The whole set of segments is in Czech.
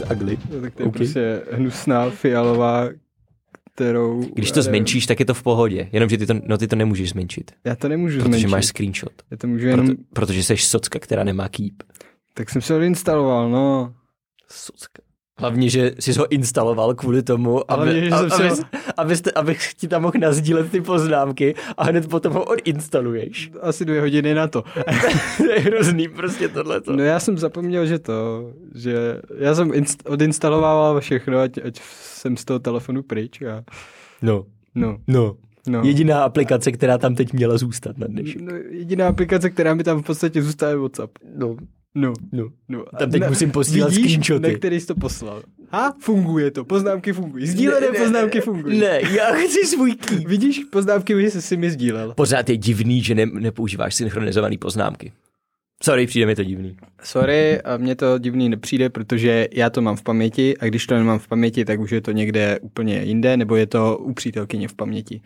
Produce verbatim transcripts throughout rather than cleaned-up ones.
ugly. No, tak to je okay. prostě hnusná fialová, kterou... Když to zmenšíš, tak je to v pohodě. Jenomže ty to, no, ty to nemůžeš zmenšit. Já to nemůžu protože zmenšit. Protože máš screenshot. Já to můžu jenom... Proto, protože jsi socka, která nemá keep. Tak jsem si ho instaloval, no. Socka. Hlavně, že jsi ho instaloval kvůli tomu, aby, Hlavně, aby, aby, aby, abyste, abych ti tam mohl nazdílet ty poznámky a hned potom ho odinstaluješ. Asi dvě hodiny na to. To je hrozný prostě tohleto. No já jsem zapomněl, že to, že já jsem inst- odinstaloval všechno, ať, ať jsem z toho telefonu pryč a... No. No. No. No. Jediná aplikace, která tam teď měla zůstat na dnešek. No, jediná aplikace, která mi tam v podstatě zůstala, je WhatsApp. No. No. No. No. Tam teď na, musím posílat vidíš, screenshoty. na který jsi to poslal. Ha? Funguje to. Poznámky fungují. Sdílené ne, poznámky fungují. Ne, já chci svůj key. Vidíš, poznámky jsi si mi sdílel. Pořád je divný, že ne, nepoužíváš synchronizované poznámky. Sorry, přijde mi to divný. Sorry, a mně to divný nepřijde, protože já to mám v paměti a když to nemám v paměti, tak už je to někde úplně jinde, nebo je to u přítelkyně v paměti.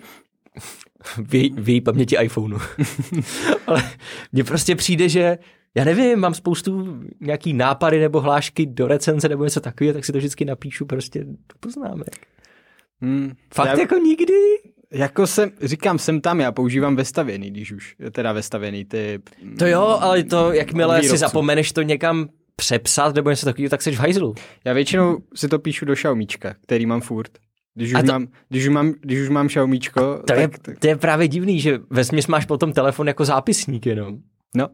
V její, v její paměti iPhoneu. Ale mně prostě přijde, že já nevím, mám spoustu nějaký nápady nebo hlášky do recenze nebo něco takového, tak si to vždycky napíšu prostě do poznámek. Hmm, Fakt já, jako nikdy? Jako jsem, říkám, jsem tam, já používám vestavěný, když už, teda vestavěný ty... To jo, ale to, jakmile výrobců. si zapomeneš to někam přepsat nebo něco takového, tak seš v hajzlu. Já většinou si to píšu do Xiaomíčka, který mám furt. Když už, to, mám, když, už mám, když už mám Xiaomíčko... To, tak, je, tak... to je právě divný, že vesměs máš potom telefon jako zápisník jenom. No.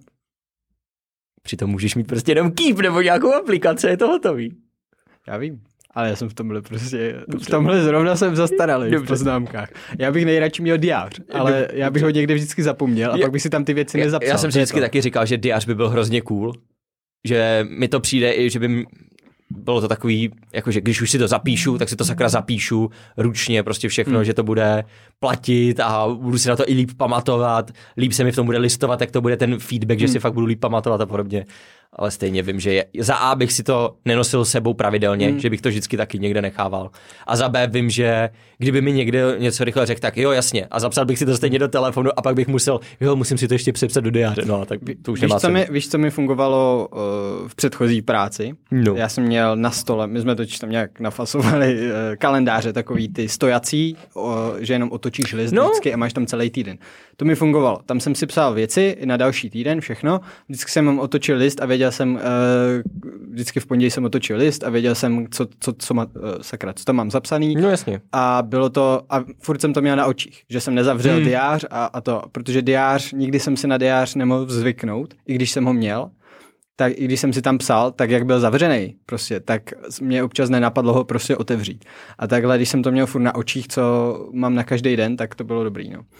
Přitom můžeš mít prostě jenom Keep nebo nějakou aplikaci, je to hotový. Já vím, ale já jsem v tomhle prostě, Dobře. v tomhle zrovna jsem zastaralý v poznámkách. Já bych nejradši měl diář, ale Dobře. já bych ho někde vždycky zapomněl a já, pak bych si tam ty věci nezapsal. Já jsem si vždycky taky říkal, že diář by byl hrozně cool, že mi to přijde i, že by bylo to takový, jakože když už si to zapíšu, tak si to sakra zapíšu ručně, prostě všechno, hmm. že to bude platit a budu si na to i líp pamatovat, líp se mi v tom bude listovat, jak to bude ten feedback, hmm. že si fakt budu líp pamatovat a podobně. Ale stejně vím, že je, za A bych si to nenosil sebou pravidelně, hmm. že bych to vždycky taky někde nechával. A za B vím, že kdyby mi někde něco rychle řekl, tak jo, jasně. A zapsal bych si to stejně do telefonu a pak bych musel, jo, musím si to ještě přepsat do diáře. No, tak to už víš, nemá co mi, víš, co mi fungovalo uh, v předchozí práci? No. Já jsem měl na stole, my jsme totiž tam nějak nafasovali uh, kalendáře, takový ty stojací, uh, že jenom otočíš list no. vždycky a máš tam celý týden. To mi fungovalo. Tam jsem si psal věci na další týden, všechno. Vždycky jsem mám otočil list a věděl jsem, uh, vždycky v pondělí jsem otočil list a věděl jsem, co, co, co, má, uh, sakra, co tam mám zapsaný. No jasně. A bylo to, a furt jsem to měl na očích, že jsem nezavřel hmm. diář a, a to, protože diář, nikdy jsem si na diář nemohl zvyknout, i když jsem ho měl, tak i když jsem si tam psal, tak jak byl zavřený prostě, tak mě občas nenapadlo ho prostě otevřít. A takhle, když jsem to měl furt na očích, co mám na každý den, tak to bylo dobrý, no.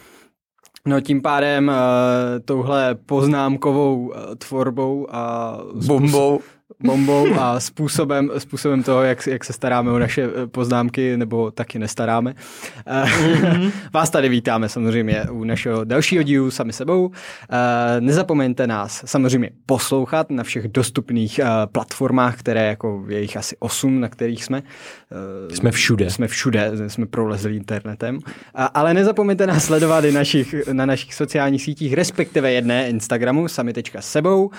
No tím pádem uh, touhle poznámkovou uh, tvorbou a bombou. bombou a způsobem, způsobem toho, jak, jak se staráme o naše poznámky, nebo taky nestaráme. Mm-hmm. Vás tady vítáme samozřejmě u našeho dalšího dílu sami sebou. Nezapomeňte nás samozřejmě poslouchat na všech dostupných platformách, které jako je jich asi osm, na kterých jsme. Jsme všude. Jsme všude, jsme prolezli internetem. Ale nezapomeňte nás sledovat i našich, na našich sociálních sítích, respektive jedné Instagramu, sami tečka sebou,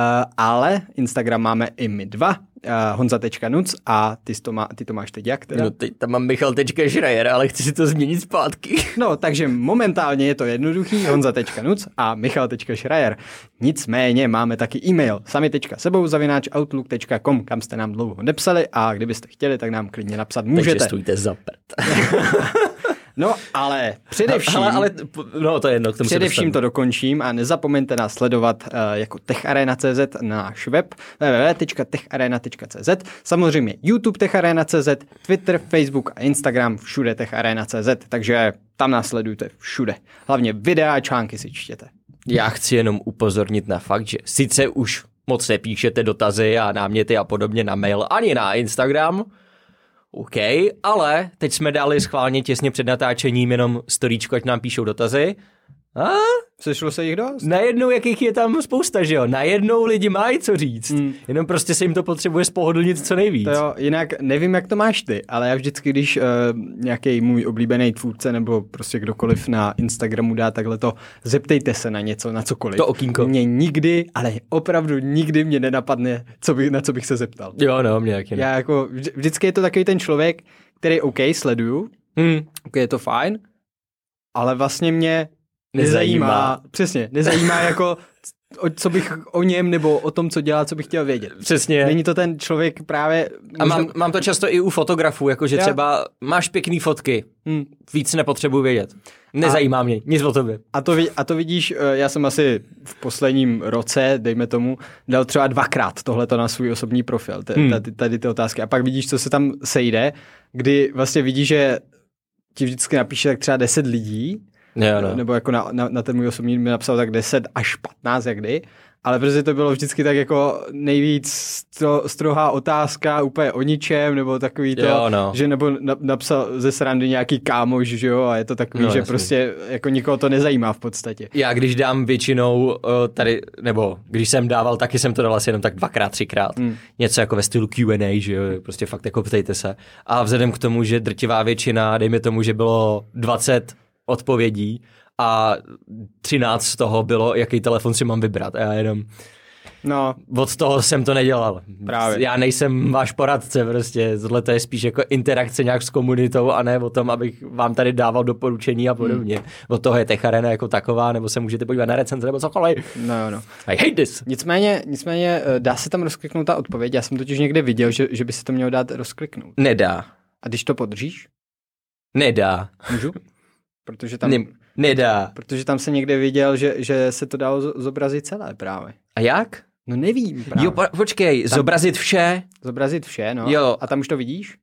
ale Instagram máme i my dva, uh, honza tečka nuc a ty to, má, ty to máš teď jak teda? No teď tam mám michal tečka schreier, ale chci si to změnit zpátky. No, takže momentálně je to jednoduchý, honza tečka nuc a michal tečka schreier. Nicméně máme taky e-mail sami tečka sebou zavináč outlook tečka com, kam jste nám dlouho nepsali a kdybyste chtěli, tak nám klidně napsat můžete. Takže stůjte za prd. No, ale především... Ale, ale, no, to je jedno, k tomu především to dokončím a nezapomeňte nás sledovat uh, jako techarena tečka cz na náš web w w w tečka techarena tečka cz, samozřejmě YouTube techarena tečka cz, Twitter, Facebook a Instagram, všude techarena tečka cz, takže tam nás sledujte všude. Hlavně videa a články si čtěte. Já chci jenom upozornit na fakt, že sice už moc nepíšete dotazy a náměty a podobně na mail ani na Instagram, OK, ale teď jsme dali schválně těsně před natáčením jenom storíčko, ať nám píšou dotazy A? Sešlo se jich dost? Najednou, jakých je tam spousta, že jo? Najednou lidi mají co říct. Mm. Jenom prostě se jim to potřebuje spohodlnit co nejvíc. To jo, jinak nevím, jak to máš ty, ale já vždycky, když uh, nějaký můj oblíbený tvůrce nebo prostě kdokoliv na Instagramu dá takhle to, zeptejte se na něco, na cokoliv. To okýnko. Mě nikdy, ale opravdu nikdy mě nenapadne, co by, na co bych se zeptal. Jo, no, mě taky ne. Já jako, vždycky je to takový ten člověk, který OK, sleduju, mm. OK, je to fajn, ale vlastně mě Nezajímá. nezajímá, přesně, nezajímá jako, o, co bych o něm nebo o tom, co dělá, co bych chtěl vědět. Přesně. Není to ten člověk právě... A mám, mám to často i u fotografů, jakože Já. třeba máš pěkný fotky, hmm. víc nepotřebuji vědět. Nezajímá a, mě, nic o tobě. A to, a to vidíš, já jsem asi v posledním roce, dejme tomu, dal třeba dvakrát tohleto na svůj osobní profil, t- hmm. tady, tady ty otázky. A pak vidíš, co se tam sejde, kdy vlastně vidíš, že ti vždycky napíše tak třeba deset lidí, Jo, no. nebo jako na, na, na ten můj osobní mi napsal tak deset až patnáct, jak kdy, ale protože to bylo vždycky tak jako nejvíc stro, strohá otázka, úplně o ničem, nebo takový to, jo, no. že nebo na, napsal ze srandy nějaký kámoš, že jo, a je to takový, no, že jasný. Prostě jako nikoho to nezajímá v podstatě. Já když dám většinou tady, nebo když jsem dával, taky jsem to dal asi jenom tak dvakrát, třikrát. Hmm. Něco jako ve stylu Q and A, že jo, prostě fakt jako ptejte se. A vzhledem k tomu, že drtivá většina, dejme tomu, že bylo dvacet odpovědí a třináct z toho bylo, jaký telefon si mám vybrat. A já jenom no. od toho jsem to nedělal. Právě. Já nejsem váš poradce, prostě. Tohle to je spíš jako interakce nějak s komunitou a ne o tom, abych vám tady dával doporučení a podobně. Hmm. Od toho je Tech Arena jako taková, nebo se můžete podívat na recenze, nebo cokoliv. No, no. I hate this. Nicméně, nicméně dá se tam rozkliknout ta odpověď. Já jsem totiž někde viděl, že, že by se to mělo dát rozkliknout. Nedá. A když to podržíš? Nedá. Můžu? Protože tam, ne, nedá. Protože tam se někde viděl, že, že se to dalo zobrazit celé právě. A jak? No nevím právě. Jo, po, počkej, tam, zobrazit vše? Zobrazit vše, no. Jo. A tam už to vidíš?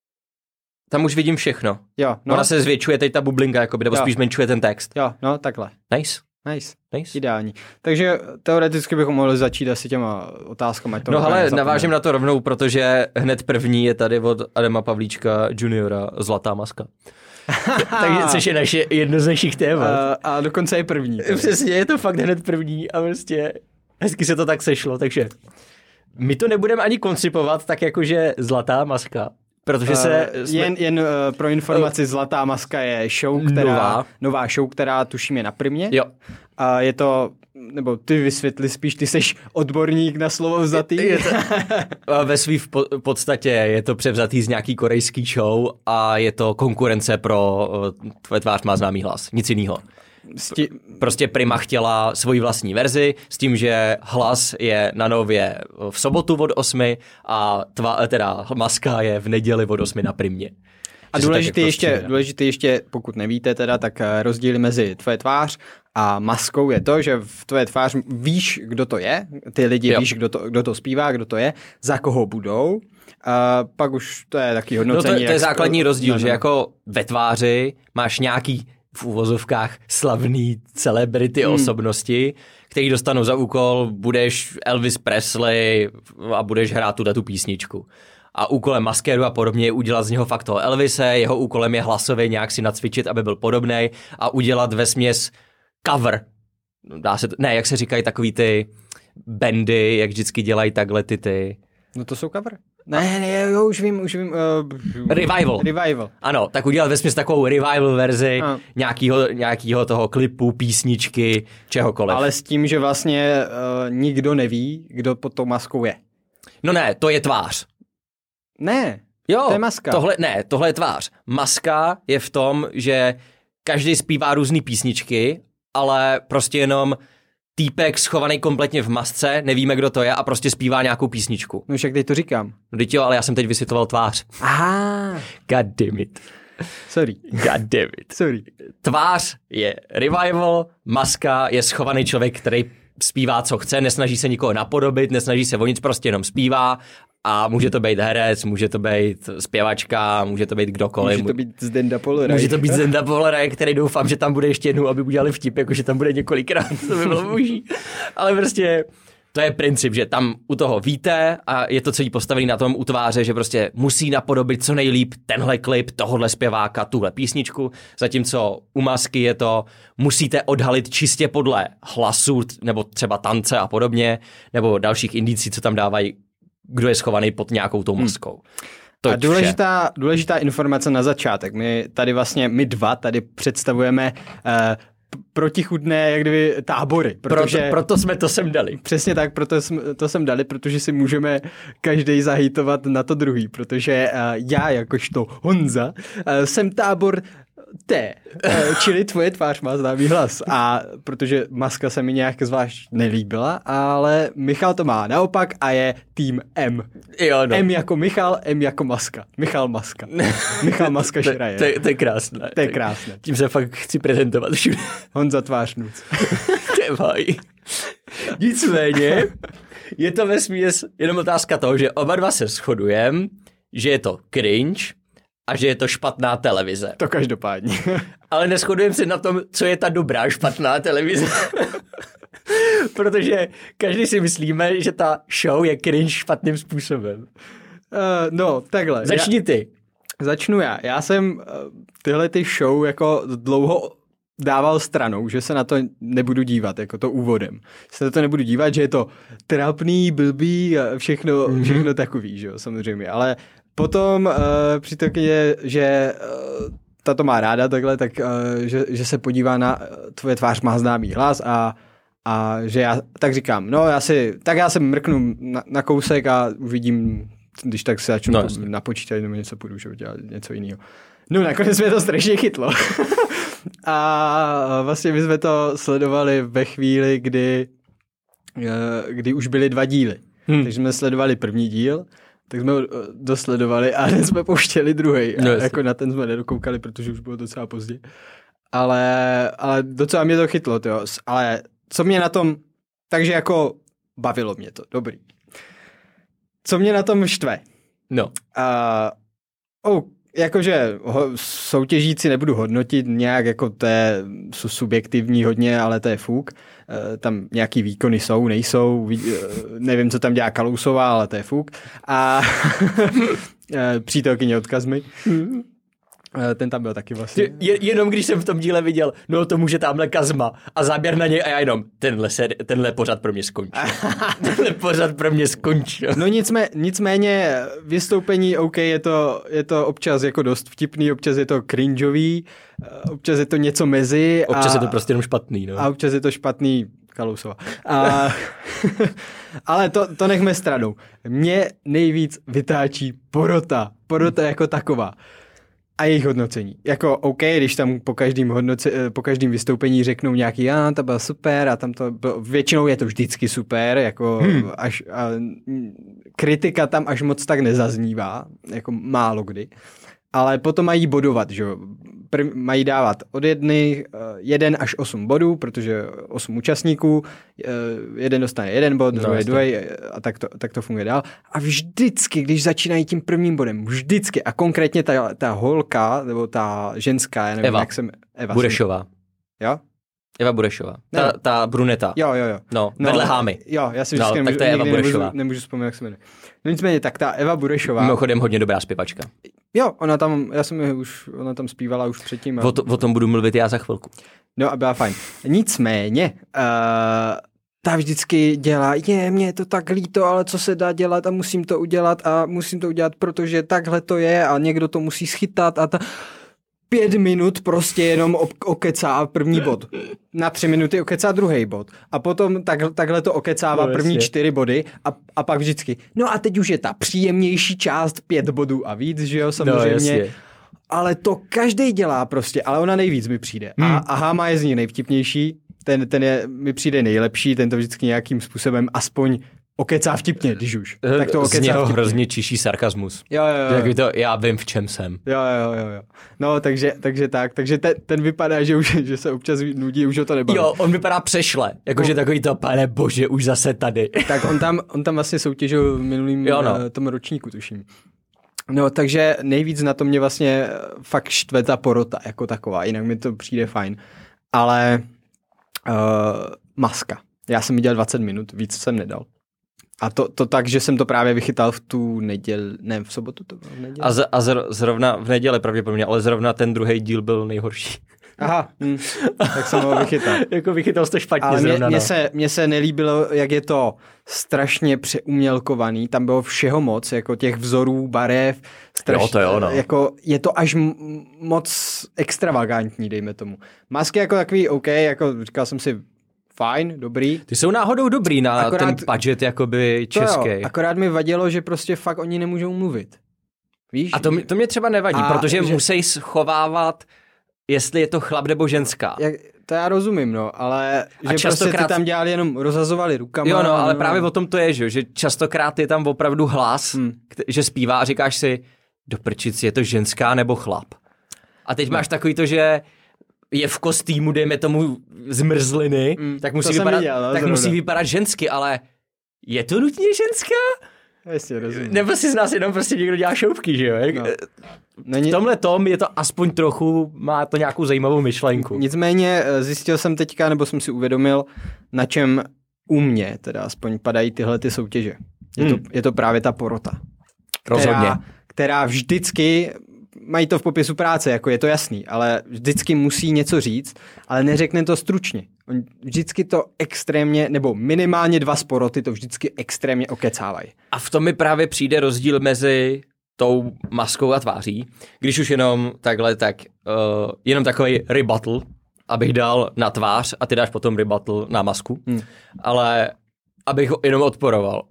Tam už vidím všechno. Jo, no. Ona se zvětšuje teď ta bublinka, jakoby, nebo jo. spíš zmenšuje ten text. Jo, no takhle. Nice. Nice. Nice. Ideální. Takže teoreticky bychom mohli začít asi těma otázkami. No ale navážím na to rovnou, protože hned první je tady od Adama Pavlíčka juniora Zlatá maska. Takže, což je naše jedno z našich témat. A, a dokonce je první. Tady. Přesně, je to fakt hned první a prostě hezky se to tak sešlo, takže my to nebudeme ani koncipovat tak jakože Zlatá maska, protože se... Uh, jsme... Jen, jen uh, pro informaci, uh, Zlatá maska je show, která... Nová. Nová show, která tuším je na Primě. Jo. A je to... Nebo ty vysvětli spíš, ty seš odborník na slovo vzatý. Je, je to, ve svý v podstatě je to převzatý z nějaký korejský show a je to konkurence pro Tvoje tvář má známý hlas. Nic jinýho. Sti... Prostě Prima chtěla svoji vlastní verzi s tím, že hlas je na Nově v sobotu od osmi a tva, teda maska je v neděli od osmi na Primě. A důležitý ještě, důležitý ještě, pokud nevíte teda, tak rozdíly mezi Tvoje tvář a maskou je to, že v Tvoje tvář víš, kdo to je, ty lidi jo. víš, kdo to, kdo to zpívá, kdo to je, za koho budou, a pak už to je taky hodnocení. No to, to je základní rozdíl, no, no. že jako ve tváři máš nějaký v uvozovkách slavný celebrity hmm. osobnosti, který dostanou za úkol, budeš Elvis Presley a budeš hrát tu tu písničku. A úkolem maskéru a podobně je udělat z něho fakt toho Elvise, jeho úkolem je hlasově nějak si nacvičit, aby byl podobnej a udělat vesměs cover. Dá se to, ne, jak se říkají takový ty bandy, jak vždycky dělají takhle ty ty... No to jsou cover. Ne, ne, jo, už vím, už vím. Uh, revival. Revival. Ano, tak udělat vesměs takovou revival verzi nějakýho, nějakýho toho klipu, písničky, čehokoliv. Ale s tím, že vlastně uh, nikdo neví, kdo pod tou maskou je. No ne, to je tvář. Ne, jo, to je maska. Tohle, ne, tohle je tvář. Maska je v tom, že každý zpívá různý písničky, ale prostě jenom týpek schovaný kompletně v masce, nevíme, kdo to je a prostě zpívá nějakou písničku. No však teď to říkám. No teď jo, ale já jsem teď vysvětloval tvář. Aha. God damn it. Sorry. God damn it. Sorry. Tvář je revival, maska je schovaný člověk, který zpívá, co chce, nesnaží se nikoho napodobit, nesnaží se o nic, prostě jenom zpívá. A může to být herec, může to být zpěvačka, může to být kdokoliv. Může to být Zdenda Pollerej. Může to být Zdenda Pollerej, který doufám, že tam bude ještě jednou, aby udělali vtip, jakože tam bude několikrát, to by bylo boží. Ale prostě To je princip, že tam u toho víte a je to celý postavený na tom utváře, že prostě musí napodobit co nejlíp tenhle klip, tohohle zpěváka, tuhle písničku, zatímco u Masky je to, musíte odhalit čistě podle hlasu, nebo třeba tance a podobně, nebo dalších indicí, co tam dávají, kdo je schovaný pod nějakou tou maskou. Hmm. A důležitá, důležitá informace na začátek. My tady vlastně, my dva tady představujeme uh, protichůdné, jak kdyby, tábory. Protože, proto, proto jsme to sem dali. Přesně tak, proto jsme to sem dali, protože si můžeme každý zahejtovat na to druhý, protože uh, já jakožto Honza uh, jsem tábor T, uh, čili tvoje tvář má známý hlas. A protože Maska se mi nějak zvlášť nelíbila, ale Michal to má naopak a je tým M. Jo, no. M jako Michal, M jako Maska. Michal Maska. Michal Maska Šraje. To, to, to je krásné. To je krásné. Tím se fakt chci prezentovat všude. Honza tvář nuc. Tevaj. Nicméně je to vesměs jenom otázka toho, že oba dva se shodujeme, že je to cringe a že je to špatná televize. To každopádně. Ale neshodujeme se na tom, co je ta dobrá špatná televize. Protože každý si myslíme, že ta show je cringe špatným způsobem. Uh, no, takhle. Začni ty. Já, začnu já. Já jsem uh, tyhle ty show jako dlouho dával stranou, že se na to nebudu dívat, jako to úvodem. Se na to nebudu dívat, že je to trapný, blbý a všechno, mm-hmm. všechno takový, že jo, samozřejmě. Ale potom uh, při je, že uh, tato má ráda takhle, tak uh, že, že se podívá na uh, tvoje tvář má známý hlas a a že já tak říkám, no já si, tak já se mrknu na, na kousek a uvidím, když tak se začnu no, na počítač nebo něco půjdu, že dělat něco jiného. No nakonec mě to strašně chytlo. A vlastně my jsme to sledovali ve chvíli, kdy, kdy už byly dva díly. Hmm. Takže jsme sledovali první díl, tak jsme ho dosledovali a hned jsme pouštěli druhý. No, jako na ten jsme nedokoukali, protože už bylo docela pozdě. Ale, ale docela mě to chytlo, tyjo. Ale co mě na tom, takže jako bavilo mě to, dobrý. Co mě na tom štve? No. Uh, oh, jakože ho, soutěžící nebudu hodnotit nějak, jako to je subjektivní hodně, ale to je fuk. Uh, tam nějaký výkony jsou, nejsou, ví, uh, nevím, co tam dělá Kalousová, ale to je fuk. A přítelkyně odkaz mi. Ten tam byl taky vlastně. Je, jenom když jsem v tom díle viděl, no to může tamhle Kazma a záběr na něj a já jenom, tenhle, seri- tenhle pořad pro mě skončil. tenhle pořad pro mě skončil. No nicmé, nicméně vystoupení, OK, je to, je to občas jako dost vtipný, občas je to cringeový, občas je to něco mezi. Občas a, je to prostě jenom špatný, no. A občas je to špatný Kalousova. A, ale to, to nechme stranou. Mě nejvíc vytáčí porota. Porota jako taková. A jejich hodnocení. Jako OK, když tam po každém hodnoce, po každém vystoupení řeknou nějaký, a to bylo super a tam to bylo, většinou je to vždycky super, jako hmm. až a, kritika tam až moc tak nezaznívá, jako málo kdy. Ale potom mají bodovat, že jo. Prv, mají dávat od jedny, jeden až osm bodů, protože osm účastníků, jeden dostane jeden bod, no, druhý druhý a tak to, tak to funguje dál. A vždycky, když začínají tím prvním bodem, vždycky, a konkrétně ta, ta holka, nebo ta ženská, já nevím, Eva. jak jsem... Eva. Budešová. Jo? Eva Budešová. Ta, ta bruneta. Jo, jo, jo. No, no vedle Hámy. Jo, já si vždycky no, nemůžu, tak to je Eva Budešová. Nemůžu, nemůžu vzpomínat, jak se jmenuje. No nicméně, tak ta Eva Budešová. Mimochodem hodně dobrá zpěvačka. Jo, ona tam, já jsem už, ona tam zpívala už předtím. A... O, to, o tom budu mluvit já za chvilku. No a byla fajn. Nicméně, uh, ta vždycky dělá, je, mě je to tak líto, ale co se dá dělat a musím to udělat a musím to udělat, protože takhle to je a někdo to musí schytat a ta... Pět minut prostě jenom okecá první bod. Na tři minuty okecá druhý bod. A potom tak, takhle to okecává no, první čtyři body a, a pak vždycky. No a teď už je ta příjemnější část pět bodů a víc, že jo, samozřejmě. No, ale to každej dělá prostě, ale ona nejvíc mi přijde. Hmm. A, a Háma je z ní nejvtipnější, ten, ten je, mi přijde nejlepší, ten to vždycky nějakým způsobem aspoň okecá vtipně, když už. Tak to okecá z něho vtipně. Hrozně čiší sarkazmus. Jo, jo, jo. Tak to, já vím, v čem jsem. Jo, jo, jo, jo. No, takže, takže tak. Takže ten, ten vypadá, že, už, že se občas nudí, už ho to nebaví. Jo, on vypadá přešle. Jakože no. Takový to, pane bože, už zase tady. Tak on tam, on tam vlastně soutěžil v minulým jo, no. tom ročníku, tuším. No, takže nejvíc na to mě vlastně fakt štve ta porota jako taková. Jinak mi to přijde fajn. Ale uh, Maska. Já jsem viděl dvacet minut, víc jsem nedal. A to, to tak, že jsem to právě vychytal v tu neděli, ne, v sobotu to bylo v neděli. A, z, a zr, zrovna v neděli pravděpodobně, ale zrovna ten druhý díl byl nejhorší. Aha, hm, tak jsem ho vychytal. Jako vychytal jsi to špatně ale zrovna. Mně no. se, mně se nelíbilo, jak je to strašně přeumělkovaný, tam bylo všeho moc, jako těch vzorů, barev, strašně, jo, to jo, no. jako je to až m- moc extravagantní, dejme tomu. Masky jako takový OK, jako říkal jsem si, fajn, dobrý. Ty jsou náhodou dobrý na akorát, ten budget jakoby český. Jo, akorát mi vadilo, že prostě fakt oni nemůžou mluvit. Víš? A to, to mě třeba nevadí, a protože že... musí schovávat, jestli je to chlap nebo ženská. Jak, to já rozumím, no, ale že častokrát... prostě ty tam dělali jenom rozhazovali rukama. Jo, no, ale no. právě o tom to je, že, že častokrát je tam opravdu hlas, hmm. že zpívá a říkáš si, do prčic, je to ženská nebo chlap. A teď no. máš takový to, že je v kostýmu, dejme tomu zmrzliny, mm, tak, musí vypadat, viděl, no, tak musí vypadat žensky, ale je to nutně ženská? Jasně, rozumím. Nebo si z nás jenom prostě někdo dělá šoupky, že jo? No. Není... V tomhle tom je to aspoň trochu, má to nějakou zajímavou myšlenku. Nicméně zjistil jsem teďka, nebo jsem si uvědomil, na čem u mě teda aspoň padají tyhle ty soutěže. Je, hmm. to, je to právě ta porota. Rozhodně. Která, která vždycky... Mají to v popisu práce, jako je to jasný, ale vždycky musí něco říct, ale neřekne to stručně. On vždycky to extrémně, nebo minimálně dva sporoty to vždycky extrémně okecávají. A v tom mi právě přijde rozdíl mezi tou maskou a tváří. Když už jenom takhle, tak uh, jenom takový rebuttal, abych dal na tvář a ty dáš potom rebuttal na masku. Hmm. Ale abych ho jenom odporoval.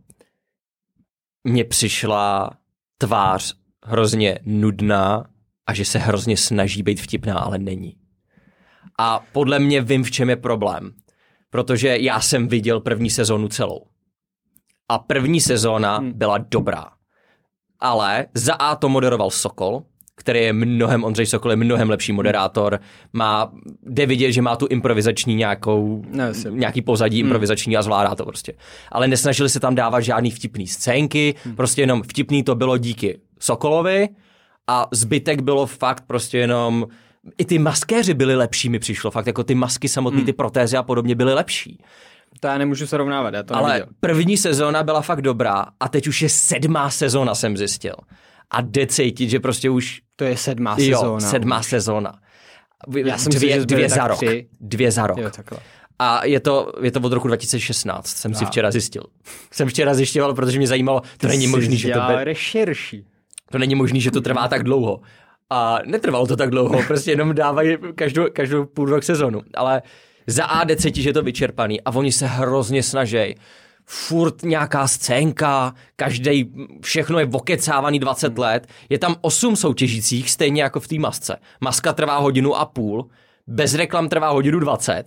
Mně přišla tvář hrozně nudná a že se hrozně snaží být vtipná, ale není. A podle mě vím, v čem je problém. Protože já jsem viděl první sezónu celou. A první sezóna hmm. byla dobrá. Ale za A to moderoval Sokol, který je mnohem, Ondřej Sokol je mnohem lepší moderátor. Má, jde vidět, že má tu improvizační nějakou, no, nějaký pozadí improvizační hmm. a zvládá to prostě. Ale nesnažili se tam dávat žádný vtipný scénky, hmm. prostě jenom vtipný to bylo díky Sokolovi a zbytek bylo fakt prostě jenom, i ty maskéři byli lepší, mi přišlo fakt, jako ty masky samotný, hmm. ty protézy a podobně byly lepší. To já nemůžu srovnávat, já to ale neviděl. První sezóna byla fakt dobrá a teď už je sedmá sezóna, jsem zjistil. A jde cítit, že prostě už... To je sedmá sezóna. Jo, sedmá už. sezóna. Já jsem dvě, si, že dvě za rok. Tři. Dvě za rok. Jo, a je to, je to od roku dva tisíce šestnáct, jsem a. si včera zjistil. Jsem včera zjišťoval, protože mě zajímalo, to Ty není možný, že to... Be... rešerši. To není možný, že to trvá tak dlouho. A netrvalo to tak dlouho, prostě jenom dávají každou, každou půl rok sezonu. Ale za A jde cítit, že je to vyčerpaný a oni se hrozně snaží. Furt nějaká scénka, každý, všechno je okecávaný dvacet hmm. let. Je tam osm soutěžících, stejně jako v té masce. Maska trvá hodinu a půl, bez reklam trvá hodinu dvacet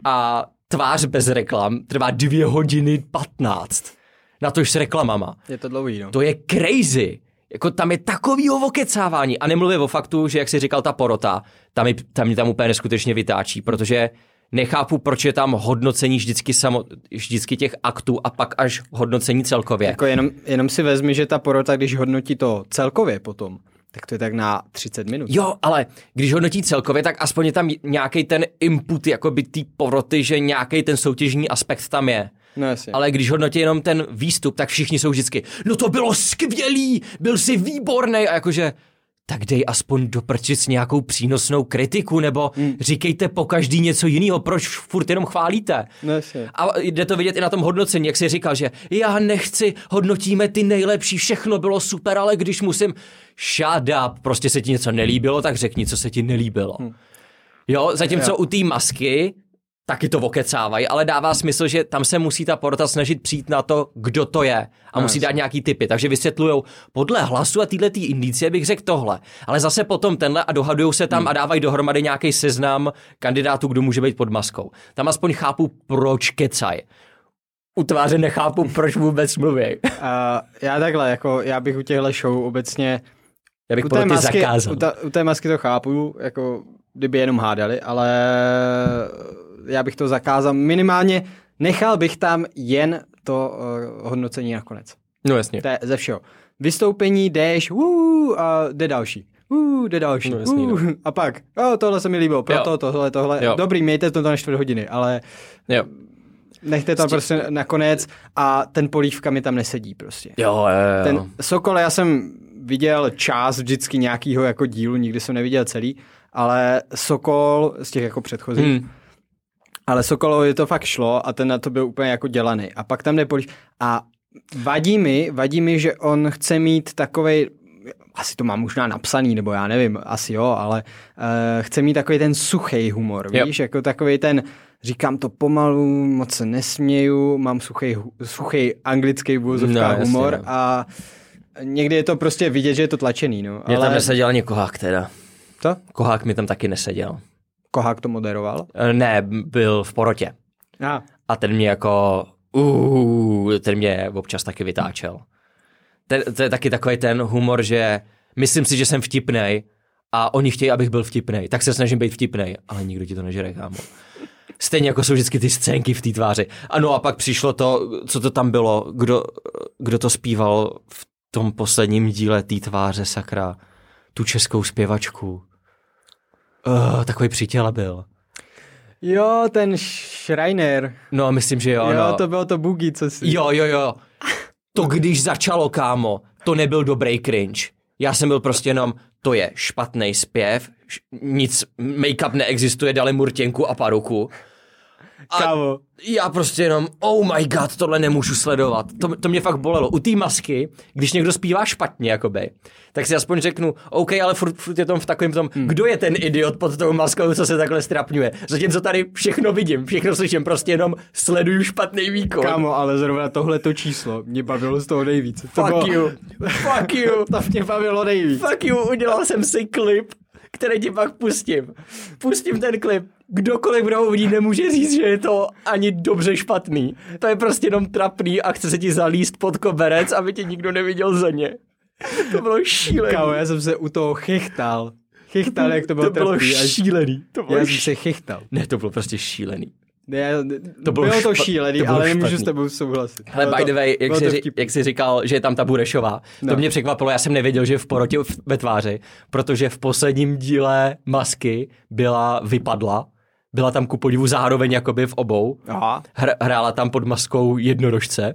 a tvář bez reklam trvá dvě hodiny patnáct. Na tož s reklamama. Je to dlouhý, no. To je crazy. Jako tam je takovýho okecávání. A nemluvím o faktu, že jak jsi říkal ta porota, tam, je, tam mě tam úplně neskutečně vytáčí, protože nechápu, proč je tam hodnocení vždycky, samo, vždycky těch aktů a pak až hodnocení celkově. Jako jenom, jenom si vezmi, že ta porota, když hodnotí to celkově potom, tak to je tak na třicet minut. Jo, ale když hodnotí celkově, tak aspoň je tam nějaký ten input jakoby té poroty, že nějaký ten soutěžní aspekt tam je. No jasně. Ale když hodnotí jenom ten výstup, tak všichni jsou vždycky, no to bylo skvělý, byl jsi výborný a jakože tak dej aspoň do prčic nějakou přínosnou kritiku, nebo mm. říkejte po každý něco jiného, proč furt jenom chválíte. No, a jde to vidět i na tom hodnocení, jak jsi říkal, že já nechci, hodnotíme ty nejlepší, všechno bylo super, ale když musím, shut up, prostě se ti něco nelíbilo, tak řekni, co se ti nelíbilo. Mm. Jo, zatímco jo. u té masky taky to okecávají, ale dává smysl, že tam se musí ta porota snažit přijít na to, kdo to je a no, musí dát nějaký tipy. Takže vysvětlujou podle hlasu a týhletý indicie bych řekl tohle. Ale zase potom tenhle a dohadujou se tam hmm. a dávají dohromady nějaký seznam kandidátů, kdo může být pod maskou. Tam aspoň chápu, proč kecaj. U tváře nechápu, proč vůbec mluví. Uh, já takhle, jako já bych u těchto show obecně já bych poroty masky, zakázal. U, ta, u té masky to chápu, jako kdyby jenom hádali, ale já bych to zakázal. Minimálně nechal bych tam jen to uh, hodnocení nakonec. No jasně. To je ze všeho. Vystoupení, jdeš, uh, a jde další. Uh, jde další. No, jasný, uh, no. A pak, oh, tohle se mi líbilo, proto, jo. tohle, tohle. Jo. Dobrý, mějte to na čtvrt hodiny, ale... Jo. Nechte to prostě nakonec a ten polívka mi tam nesedí prostě. Jo, jo, jo. Ten Sokol, já jsem viděl část vždycky nějakýho jako dílu, nikdy jsem neviděl celý, ale Sokol z těch jako předchozích, hmm. ale Sokolovi to fakt šlo a ten na to byl úplně jako dělaný. A pak tam jde polívka a vadí mi, vadí mi, že on chce mít takovej, asi to mám možná napsaný, nebo já nevím, asi jo, ale uh, chce mít takový ten suchý humor, yep. víš, jako takový ten, říkám to pomalu, moc se nesměju, mám suchý, suchý anglický vůzovka no, humor jasně, no. a někdy je to prostě vidět, že je to tlačený, no. Mě ale... tam neseděl ani Kohák teda. Co? Kohák mi tam taky neseděl. Kohák to moderoval? Ne, byl v porotě. Ah. A ten mě jako, uh, ten mě občas taky vytáčel. Ten, to je taky takový ten humor, že myslím si, že jsem vtipnej a oni chtějí, abych byl vtipnej, tak se snažím být vtipnej, ale nikdo ti to nežere, kámo. Stejně jako jsou vždycky ty scénky v té tváři. Ano a pak přišlo to, co to tam bylo, kdo, kdo to zpíval v tom posledním díle té tváře, sakra, tu českou zpěvačku. Uh, takový přítěla byl. Jo, ten Schreiner. No, myslím, že jo. Jo, no. to bylo to Boogie, co si... Jo, jo, jo. To když začalo, kámo, to nebyl dobrý cringe. Já jsem byl prostě jenom, to je špatný zpěv, nic, make-up neexistuje, dali mu rtěnku a paruku. A kámo. Já prostě jenom, oh my god, tohle nemůžu sledovat. To, to mě fakt bolelo. U té masky, když někdo zpívá špatně, jakoby, tak si aspoň řeknu, OK, ale furt, furt je tom v takovém tom, hmm. kdo je ten idiot pod tou maskou, co se takhle strapňuje. Zatímco tady všechno vidím, všechno slyším, prostě jenom sleduju špatný výkon. Kámo, ale zrovna tohleto číslo mě bavilo z toho nejvíc. To Fuck bylo... you, fuck you. To mě bavilo nejvíc. Fuck you, udělal jsem si klip, který ti pak pustím. Pustím ten klip. Kdokoliv, kdo ho vidí, nemůže říct, že je to ani dobře špatný. To je prostě jenom trapný a chce se ti zalíst pod koberec, aby tě nikdo neviděl za ně. To bylo šílený. Kámo, já jsem se u toho chychtal. Chychtal, jak to bylo To bylo trapný. šílený. To bylo já š... jsem se chychtal. Ne, to bylo prostě šílený. Ne, to bylo, bylo to špa... šílený, to bylo ale nemůžu špatný. s tebou souhlasit. Ale by the way, jak jsi, jak jsi říkal, že je tam ta Burešová, no. To mě překvapilo, já jsem nevěděl, že je v porotě ve tváři, protože v posledním díle Masky byla vypadla, byla tam ku podivu zároveň jakoby v obou, Aha. Hr, hrála tam pod maskou jednorožce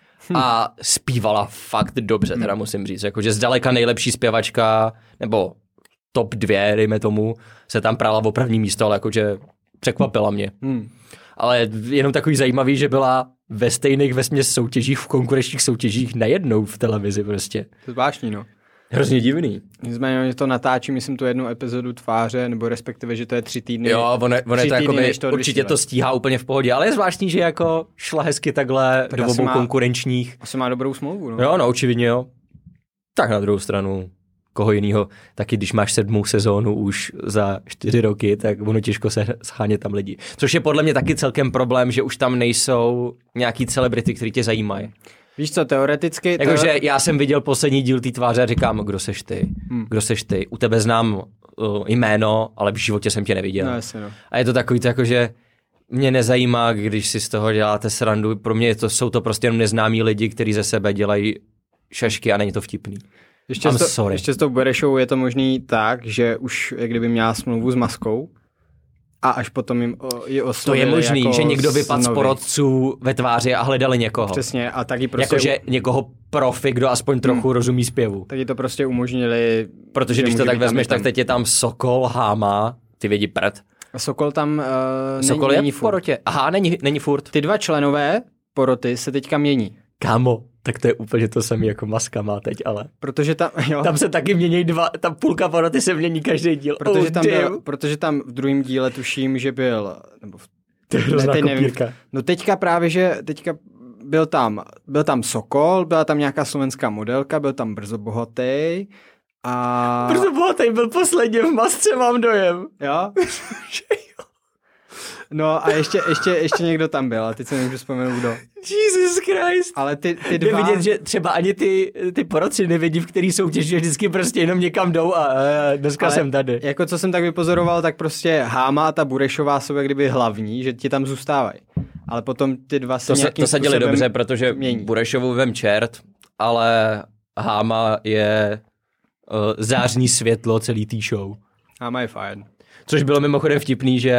a zpívala fakt dobře, teda musím říct, jakože zdaleka nejlepší zpěvačka, nebo top dvě, dejme tomu, se tam prala o první místo, ale jakože překvapila mě. Hmm. Ale jenom takový zajímavý, že byla ve stejných vesměs soutěžích, v konkurenčních soutěžích najednou v televizi prostě. To je zvláštní, no. Hrozně divný. Nicméně to natáčí, myslím, tu jednu epizodu tváře, nebo respektive, že to je tři týdny. Jo, ono, ono je to jakoby, to určitě to stíhá úplně v pohodě, ale je zvláštní, že jako šla hezky takhle tak do obou má, konkurenčních. Asi má dobrou smlouvu, no. Jo, no, očividně jo. Tak na druhou stranu, koho jinýho, taky když máš sedmou sezónu už za čtyři roky, tak ono těžko se schánět tam lidi. Což je podle mě taky celkem problém, že už tam nejsou nějaký celebrity, který tě zajímají. Víš co, teoreticky... Jakože teore... já jsem viděl poslední díl té tváře a říkám, kdo seš ty, hmm. kdo seš ty. U tebe znám uh, jméno, ale v životě jsem tě neviděl. No, jasně, no. A je to takový, to jakože mě nezajímá, když si z toho děláte srandu. Pro mě to, jsou to prostě jenom neznámí lidi, kteří ze sebe dělají šašky a není to vtipný. Ještě, to, ještě s tou Burešovou je to možný tak, že už jak kdyby měla smlouvu s Maskou a až potom jim ji oslovili. To je možný, jako že někdo vypadl z porodců ve tváři a hledali někoho. Přesně, a taky prostě... Jakože u... někoho profi, kdo aspoň trochu hmm. rozumí zpěvu. Taky to prostě umožnili... Protože když to tak vezmeš, tam... tak teď je tam Sokol, Háma, ty vědí prd. A Sokol tam uh, Sokol není, je není v porotě. Aha, není, není furt. Ty dva členové poroty se teďka mění. Kámo, tak to je úplně to samé jako Maska má teď, ale. Protože tam, jo. Tam se taky mění dva, ta půlka poroty se mění každý díl. Protože, oh, tam byl, protože tam v druhém díle tuším, že byl, nebo v, to je hrozná ne, nevím, kopírka. No teďka právě, že teďka byl tam, byl tam Sokol, byla tam nějaká slovenská modelka, byl tam Brzo bohatý a... Brzo bohatý byl posledně v Masce, mám dojem. Jo? No a ještě, ještě, ještě někdo tam byl, a teď se nemůžu vzpomenout, kdo. Jesus Christ. Ale ty, ty dva... Je vidět, že třeba ani ty, ty porodci nevědí, v který soutěž, že vždycky prostě jenom někam jdou a, a dneska ale jsem tady. Jako co jsem tak vypozoroval, tak prostě Háma a ta Burešová jsou jak kdyby hlavní, že ti tam zůstávají. Ale potom ty dva se to nějakým To se děli dobře, protože mění. Burešovou vem čert, ale Háma je uh, zářní světlo celý tý show. Háma je fajn. Což bylo mimochodem vtipný, že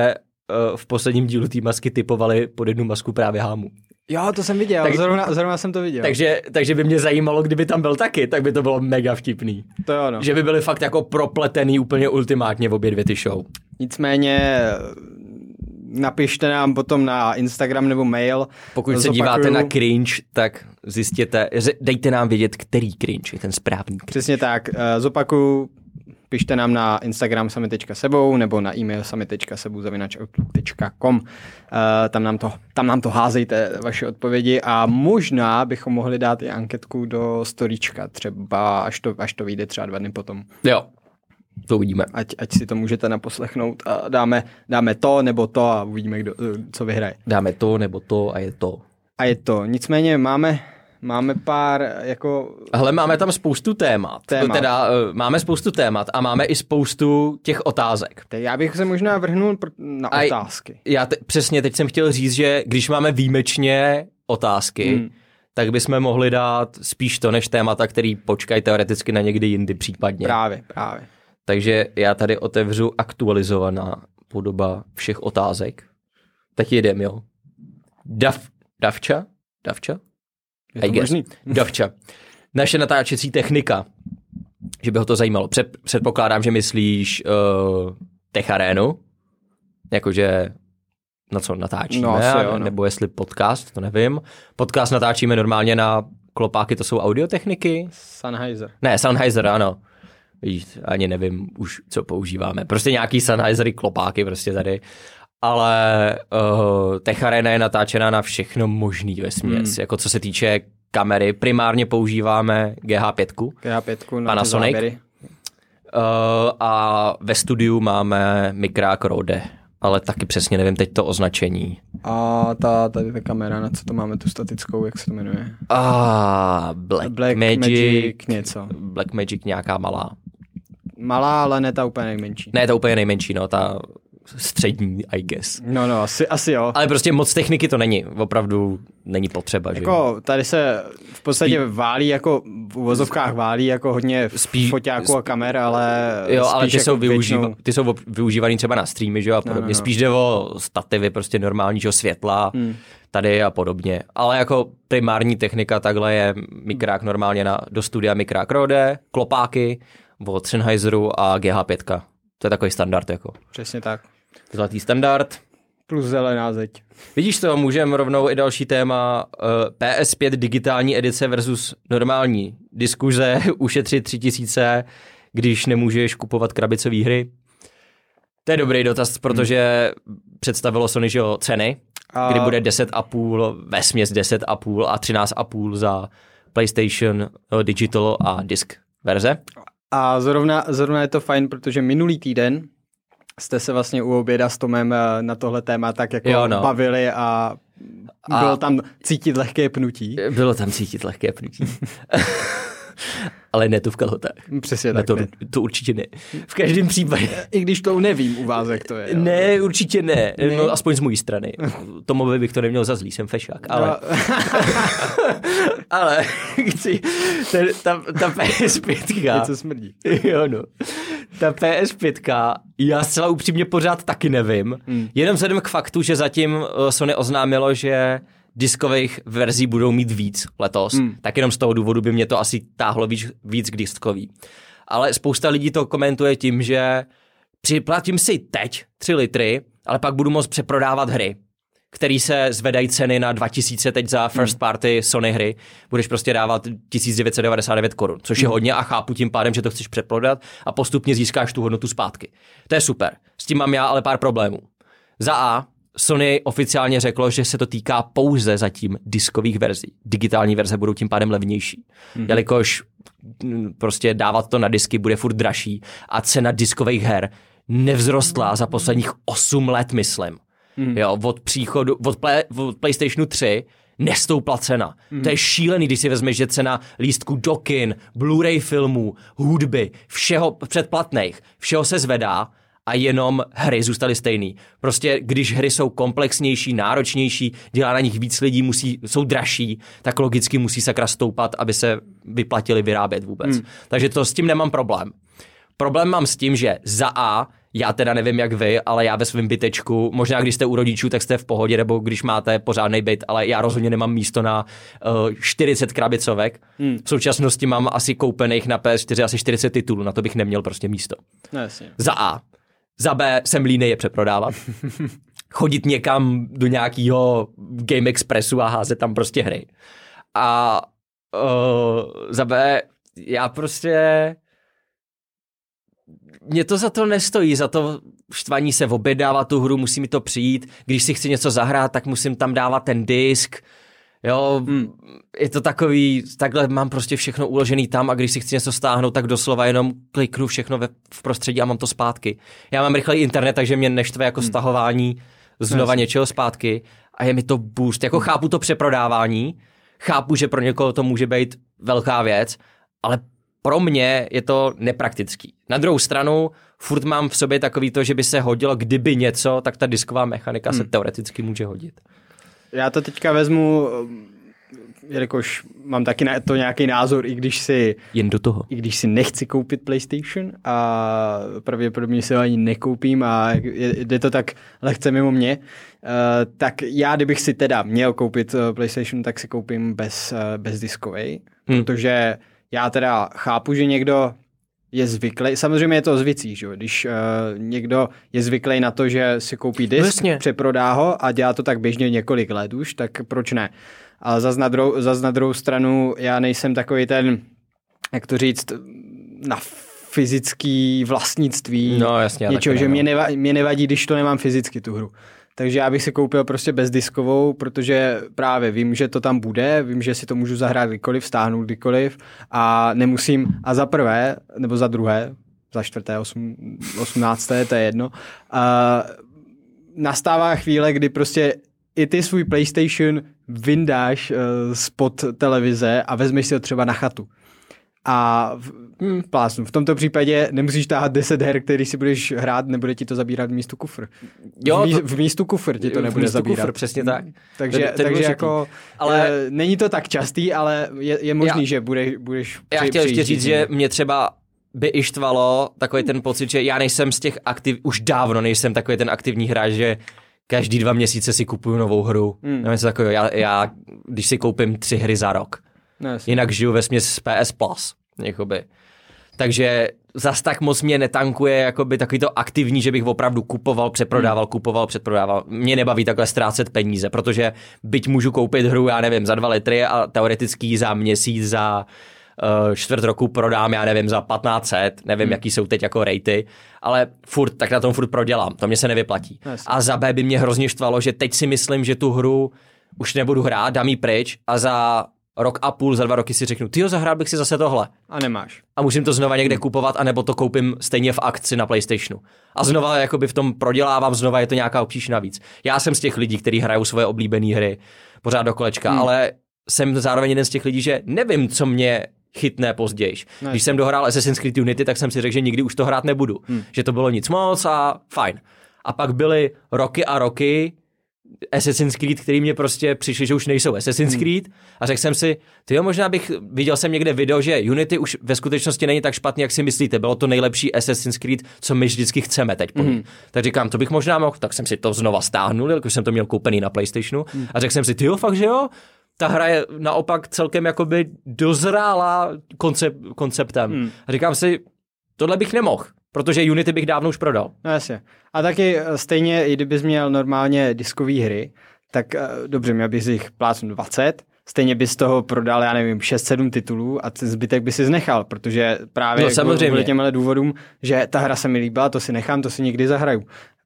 uh, v posledním dílu té masky typovali pod jednu masku právě Hámu. Jo, to jsem viděl, tak, zrovna, zrovna jsem to viděl. Takže, takže by mě zajímalo, kdyby tam byl taky, tak by to bylo mega vtipný. To jo, no. Že by byly fakt jako propletený úplně ultimátně v obě dvě ty show. Nicméně napište nám potom na Instagram nebo mail. Pokud se zopakuju. Díváte na cringe, tak zjistěte, dejte nám vědět, který cringe je ten správný. Přesně tak, zopakuju. Pište nám na Instagram sami tečka sebou nebo na e-mail sami tečka sebou zavináč outlook tečka com. Uh, tam, nám to, tam nám to házejte, vaše odpovědi a možná bychom mohli dát i anketku do storíčka, třeba až to, až to vyjde třeba dva dny potom. Jo, to uvidíme. Ať, ať si to můžete naposlechnout a dáme, dáme to nebo to a uvidíme, kdo, co vyhraje. Dáme to nebo to a je to. A je to. Nicméně máme... Máme pár jako... Hele, máme tam spoustu témat. témat. Teda uh, máme spoustu témat a máme i spoustu těch otázek. Teď já bych se možná vrhnul na a otázky. Já te, přesně, teď jsem chtěl říct, že když máme výjimečně otázky, hmm. tak bychom mohli dát spíš to, než témata, který počkají teoreticky na někdy jindy případně. Právě, právě. Takže já tady otevřu aktualizovaná podoba všech otázek. Tak jedem, jo. Dav, Davča? Davča? Je to možný. Davča. Naše natáčecí technika. Že by ho to zajímalo. Před, předpokládám, že myslíš uh, Techarénu. Jakože na co natáčíme. No, asi jo, no. Nebo jestli podcast, to nevím. Podcast natáčíme normálně na klopáky, to jsou audiotechniky? Sennheiser. Ne, Sennheiser, ano. Víš, ani nevím už, co používáme. Prostě nějaký Sennheisery klopáky prostě tady. Ale uh, Techarena je natáčená na všechno možný vesměs. Hmm. Jako co se týče kamery, primárně používáme G H pět. G H pět na Panasonic. Uh, a ve studiu máme mikrák Rode, ale taky přesně nevím teď to označení. A ta, tady ta kamera, na co to máme tu statickou, jak se to jmenuje? Ah, Black, Black Magic, Magic něco. Black Magic nějaká malá. Malá, ale ne ta úplně nejmenší. Ne, ta úplně nejmenší, no, ta střední, I guess. No, no, asi, asi jo. Ale prostě moc techniky to není, opravdu není potřeba. Jako že? Tady se v podstatě Spí... válí jako, v uvozovkách válí jako hodně Spí... foťáků a kamer, ale jo, ale ty, jako jsou využíva... většinou... ty jsou využívaný třeba na streamy, že jo, a podobně. No, no, no. Spíš jde o stativy, prostě normální, že jo, světla, hmm. tady a podobně. Ale jako primární technika takhle je mikrák normálně na, do studia mikrák Rode, klopáky od Sennheiseru a G H pět. To je takový standard, jako. Přesně tak. Zlatý standard. Plus zelená zeď. Vidíš to, můžeme rovnou i další téma. P S pět digitální edice versus normální diskuze, ušetřit tři tisíce, když nemůžeš kupovat krabicové hry. To je dobrý dotaz, protože hmm. představilo Sony, že jo, ceny, a... kdy bude deset a půl, vesměs deset a půl a třináct a půl za PlayStation Digital a disk verze. A zrovna, zrovna je to fajn, protože minulý týden jste se vlastně u oběda s Tomem na tohle téma tak jako jo, no. bavili a bylo a tam cítit lehké pnutí. Bylo tam cítit lehké pnutí. Ale ne tu v kalhotách. Přesně ne, tak. To, ne. to určitě ne. V každém případě. I když to nevím u vás, jak to je. Jo. Ne, určitě ne. ne. No, aspoň z mojí strany. Tomovi bych to neměl za zlý, jsem fešák. Ale, no. ale chci, ta, ta, ta P S pět. Něco smrdí. Jo, no. Ta P S pět, já zcela upřímně pořád taky nevím. Hmm. Jenom vzhledem k faktu, že zatím Sony oznámilo, že diskových verzí budou mít víc letos, hmm. tak jenom z toho důvodu by mě to asi táhlo víc, víc k diskový. Ale spousta lidí to komentuje tím, že připlatím si teď tři litry, ale pak budu moct přeprodávat hry, který se zvedají ceny na dva tisíce teď za first party Sony hry. Budeš prostě dávat tisíc devět set devadesát devět korun, což je hodně a chápu tím pádem, že to chceš přeprodat a postupně získáš tu hodnotu zpátky. To je super. S tím mám já ale pár problémů. Za A, Sony oficiálně řeklo, že se to týká pouze zatím diskových verzí. Digitální verze budou tím pádem levnější. Mm-hmm. Jelikož prostě dávat to na disky bude furt dražší a cena diskových her nevzrostla za posledních osm let, myslím. Mm-hmm. Jo, od příchodu, od, play, od PlayStationu tři nestoupla cena. Mm-hmm. To je šílený, když si vezmeš, že cena lístků do kin, Blu-ray filmů, hudby, všeho předplatných, všeho se zvedá a jenom hry zůstaly stejný. Prostě když hry jsou komplexnější, náročnější, dělá na nich víc lidí, musí, jsou dražší, tak logicky musí sakra stoupat, aby se vyplatili vyrábět vůbec. Mm. Takže to s tím nemám problém. Problém mám s tím, že za A Já teda nevím, jak vy, ale já ve svém bytečku, možná když jste u rodičů, tak jste v pohodě, nebo když máte pořádný byt, ale já rozhodně nemám místo na uh, čtyřicet krabicovek. Hmm. V současnosti mám asi koupených na P S čtyři asi čtyřicet titulů, na to bych neměl prostě místo. No, jasně. Za A. Za B jsem línej je přeprodávat. Chodit někam do nějakého Game Expressu a házet tam prostě hry. A uh, za B, já prostě... Mně to za to nestojí, za to štvaní se objednávat tu hru, musí mi to přijít. Když si chci něco zahrát, tak musím tam dávat ten disk. Jo, hmm. je to takový, takhle mám prostě všechno uložený tam a když si chci něco stáhnout, tak doslova jenom kliknu všechno ve, v prostředí a mám to zpátky. Já mám rychlej internet, takže mě neštve jako hmm. stahování znova yes. něčeho zpátky a je mi to boost. Jako chápu to přeprodávání, chápu, že pro někoho to může být velká věc, ale pro mě je to nepraktický. Na druhou stranu furt mám v sobě takový to, že by se hodilo, kdyby něco, tak ta disková mechanika hmm. se teoreticky může hodit. Já to teďka vezmu, jelikož mám taky na to nějaký názor, i když si... Jen do toho. I když si nechci koupit PlayStation a pravděpodobně si ho ani nekoupím a jde to tak lehce mimo mě, tak já, kdybych si teda měl koupit PlayStation, tak si koupím bez, bez diskovej, hmm. protože já teda chápu, že někdo je zvyklý, samozřejmě je to o zvicích, že? Když uh, někdo je zvyklý na to, že si koupí disk, vlastně. Přeprodá ho a dělá to tak běžně několik let už, tak proč ne? Ale zas na, druhou, zas na druhou stranu já nejsem takový ten, jak to říct, na fyzický vlastnictví no, jasně, něčeho, že mě nevadí, mě nevadí, když to nemám fyzicky tu hru. Takže já bych si koupil prostě bezdiskovou, protože právě vím, že to tam bude, vím, že si to můžu zahrát kdykoliv, stáhnout kdykoliv a nemusím, a za prvé, nebo za druhé, za čtvrté, osm, osmnácté, to je jedno, a nastává chvíle, kdy prostě i ty svůj PlayStation vyndáš uh, spod televize a vezmeš si ho třeba na chatu. A v, hm, plásnu. V tomto případě nemusíš táhat deset her, který si budeš hrát, nebude ti to zabírat v místu kufr. Jo, v, mí, v místu kufr ti to nebude zabírat. Kufr, přesně tak. Takže, to, to takže jako, ale e, není to tak častý, ale je, je možný, já, že budeš, budeš Já chtěl ještě říct, že mě třeba by i štvalo takový ten pocit, že já nejsem z těch aktiv, už dávno nejsem takový ten aktivní hráč, že každý dva měsíce si kupuju novou hru. Hmm. Nevím, takový, já, já, když si koupím tři hry za rok. No, jinak žiju vesměs P S Plus. Jakoby. Takže zas tak moc mě netankuje jakoby takový to aktivní, že bych opravdu kupoval, přeprodával, hmm. kupoval, přeprodával. Mě nebaví takhle ztrácet peníze, protože byť můžu koupit hru, já nevím, za dva litry a teoreticky za měsíc, za uh, čtvrt roku prodám, já nevím, za patnáct set, nevím, hmm. jaký jsou teď jako rejty, ale furt, tak na tom furt prodělám, to mě se nevyplatí. Yes. A za B by mě hrozně štvalo, že teď si myslím, že tu hru už nebudu hrát, dám ji pryč a za rok a půl, za dva roky si řeknu, tyjo, zahrál bych si zase tohle. A nemáš. A musím to znova někde kupovat, anebo to koupím stejně v akci na PlayStationu. A znova jakoby v tom prodělávám, znova je to nějaká obtíž navíc. Já jsem z těch lidí, kteří hrajou svoje oblíbené hry pořád do kolečka, hmm. ale jsem zároveň jeden z těch lidí, že nevím, co mě chytne později. Ne. Když jsem dohrál Assassin's Creed Unity, tak jsem si řekl, že nikdy už to hrát nebudu. Hmm. Že to bylo nic moc a fajn. A pak byly roky a roky Assassin's Creed, který mě prostě přišli, že už nejsou Assassin's hmm. Creed a řekl jsem si, tyjo, možná bych, viděl jsem někde video, že Unity už ve skutečnosti není tak špatný, jak si myslíte, bylo to nejlepší Assassin's Creed, co my vždycky chceme teď po hmm. Tak říkám, to bych možná mohl, tak jsem si to znova stáhnul, jakož jsem to měl koupený na PlayStationu hmm. a řekl jsem si, tyjo, fakt, že jo? Ta hra je naopak celkem jakoby dozrála koncept, konceptem. Hmm. A říkám si, tohle bych nemohl. Protože Unity bych dávno už prodal. No jasně. A taky stejně, i kdybys měl normálně diskové hry, tak dobře, měl bys jich plácnu dvacet, stejně bys toho prodal, já nevím, šest sedm titulů a zbytek by si znechal, protože právě no, samozřejmě. kvůli těmhle důvodům, že ta hra se mi líbila, to si nechám, to si někdy zahraju.